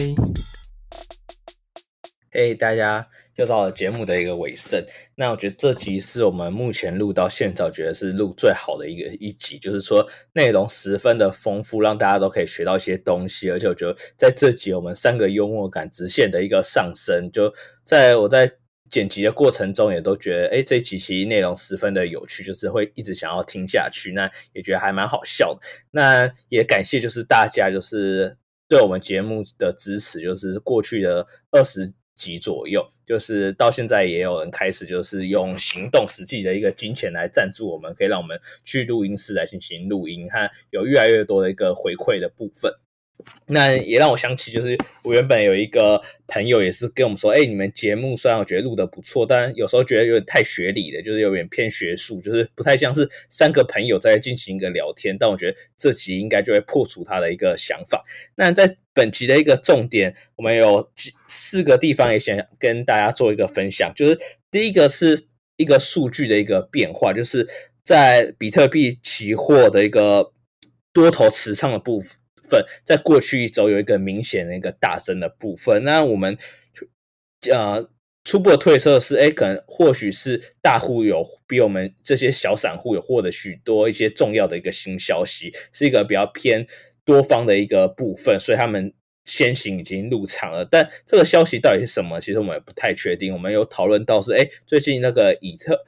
大家又到了节目的一个尾声。那我觉得这集是我们目前录到现在，觉得是录最好的一集，就是说内容十分的丰富，让大家都可以学到一些东西。而且我觉得在这集我们3个幽默感直线的一个上升，就在我在剪辑的过程中也都觉得，这集其实内容十分的有趣，就是会一直想要听下去。那也觉得还蛮好笑的。那也感谢就是大家就是对我们节目的支持，就是过去的20集左右，就是到现在也有人开始就是用行动实际的一个金钱来赞助我们，可以让我们去录音室来进行录音，和有越来越多的一个回馈的部分。那也让我想起，就是我原本有一个朋友也是跟我们说，你们节目虽然我觉得录得不错，但有时候觉得有点太学理了，就是有点偏学术，就是不太像是3个朋友在进行一个聊天。但我觉得这集应该就会破除他的一个想法。那在本集的一个重点，我们有4个地方也想跟大家做一个分享，就是第一个是一个数据的一个变化，就是在比特币期货的一个多头持仓的部分，在过去一周有一个明显的一个大增的部分。那我们初步的推测是，可能或许是大户有比我们这些小散户有获得许多一些重要的一个新消息，是一个比较偏多方的一个部分，所以他们先行已经入场了。但这个消息到底是什么，其实我们也不太确定。我们有讨论到是，最近那个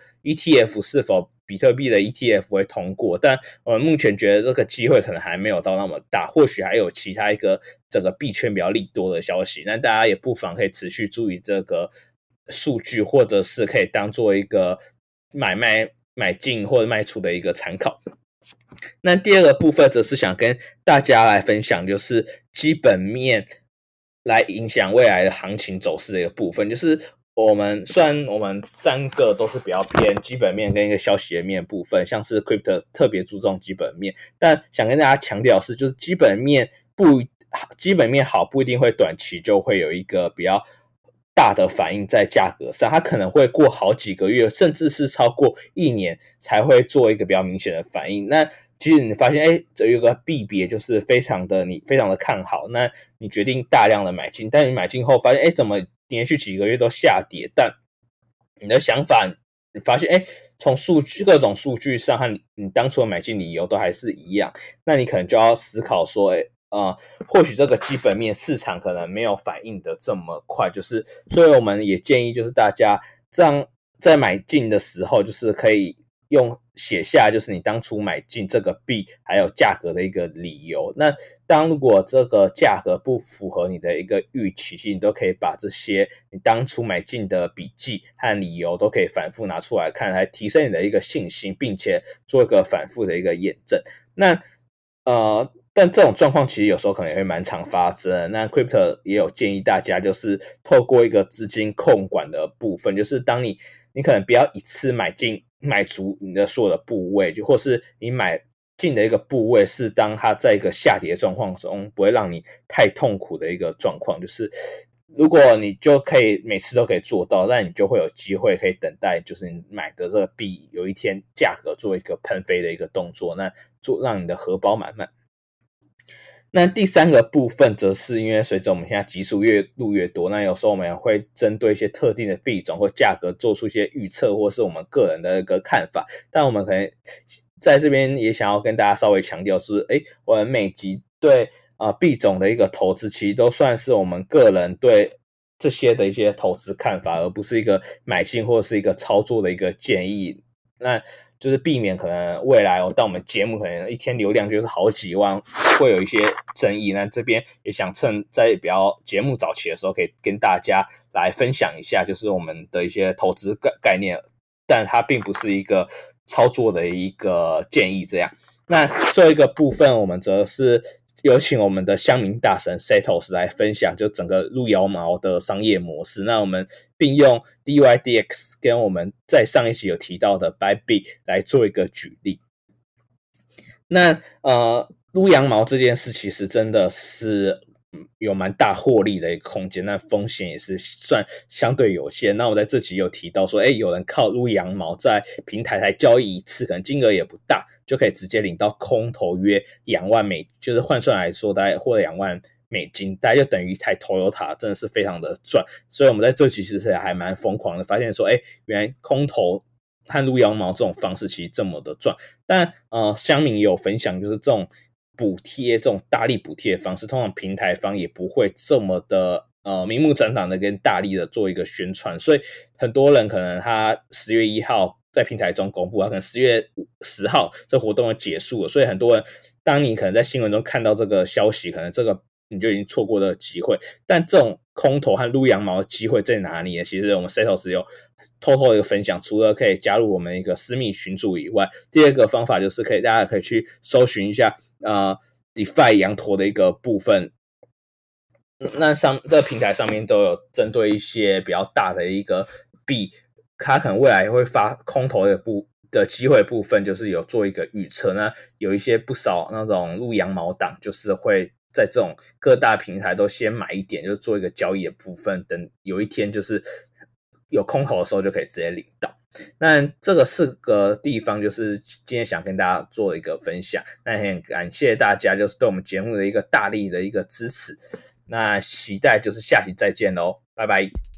ETF 是否比特币的 ETF 会通过，但我们目前觉得这个机会可能还没有到那么大，或许还有其他一个整个币圈比较利多的消息。那大家也不妨可以持续注意这个数据，或者是可以当做一个买进或者卖出的一个参考。那第二个部分则是想跟大家来分享，就是基本面来影响未来的行情走势的一个部分。就是虽然我们3个都是比较偏基本面跟一个消息的面部分，像是 Crypto 特别注重基本面，但想跟大家强调的是，就是基本面好不一定会短期就会有一个比较大的反应在价格上，它可能会过好几个月，甚至是超过1年才会做一个比较明显的反应。那其实你发现，这有个币别就是你非常的看好，那你决定大量的买进，但你买进后发现，怎么连续几个月都下跌，但你的想法，你发现，从各种数据上和你当初的买进理由都还是一样，那你可能就要思考说，或许这个基本面市场可能没有反应的这么快，所以我们也建议就是大家这样在买进的时候，就是可以写下就是你当初买进这个币还有价格的一个理由。那如果这个价格不符合你的一个预期，其实你都可以把这些你当初买进的笔记和理由都可以反复拿出来看，来提升你的一个信心，并且做一个反复的一个验证。那但这种状况其实有时候可能也会蛮常发生的。那 Crypto 也有建议大家就是透过一个资金控管的部分，就是当你可能不要一次买进买足你的所有的部位，就或是你买进的一个部位是当它在一个下跌状况中不会让你太痛苦的一个状况，就是如果你就可以每次都可以做到，那你就会有机会可以等待，就是你买的这个币有一天价格做一个喷飞的一个动作，那让你的荷包满满。那第三个部分则是因为随着我们现在集数越录越多，那有时候我们也会针对一些特定的币种或价格做出一些预测，或是我们个人的一个看法。但我们可能在这边也想要跟大家稍微强调是，我们每集对币种的一个投资，其实都算是我们个人对这些的一些投资看法，而不是一个买进或是一个操作的一个建议。那就是避免可能未来到我们节目可能一天流量就是好几万，会有一些争议。那这边也想趁在比较节目早期的时候，可以跟大家来分享一下，就是我们的一些投资概念，但它并不是一个操作的一个建议这样。那最后一个部分，我们则是有请我们的乡民大神 Setos 来分享就整个路遥毛的商业模式。那我们并用 DYDX 跟我们在上一期有提到的 Bybit 来做一个举例。那撸羊毛这件事其实真的是有蛮大获利的一个空间，那风险也是算相对有限。那我在这集有提到说，有人靠撸羊毛在平台才交易一次，可能金额也不大，就可以直接领到空头约2万美，就是换算来说大概获得2万美金，大概就等于一台 Toyota， 真的是非常的赚。所以我们在这集其实还蛮疯狂的，发现说，原来空头和撸羊毛这种方式其实这么的赚。但乡民也有分享，就是这种补贴，这种大力补贴的方式，通常平台方也不会这么的明目张胆的跟大力的做一个宣传，所以很多人可能他10月1号在平台中公布，他可能10月10号这活动就结束了，所以很多人当你可能在新闻中看到这个消息，可能这个你就已经错过了机会。但这种空头和撸羊毛的机会在哪里呢？其实我们 Setos 有偷偷的一个分享，除了可以加入我们一个私密群组以外，第二个方法就是大家可以去搜寻一下DeFi 羊驼的一个部分。那这个平台上面都有针对一些比较大的一个币，它可能未来会发空头的机会部分，就是有做一个预测。那有一些不少那种撸羊毛党，就是会在这种各大平台都先买一点，就做一个交易的部分，等有一天就是有空头的时候就可以直接领到。那这个4个地方就是今天想跟大家做一个分享。那很感谢大家就是对我们节目的一个大力的一个支持。那期待就是下期再见咯，拜拜。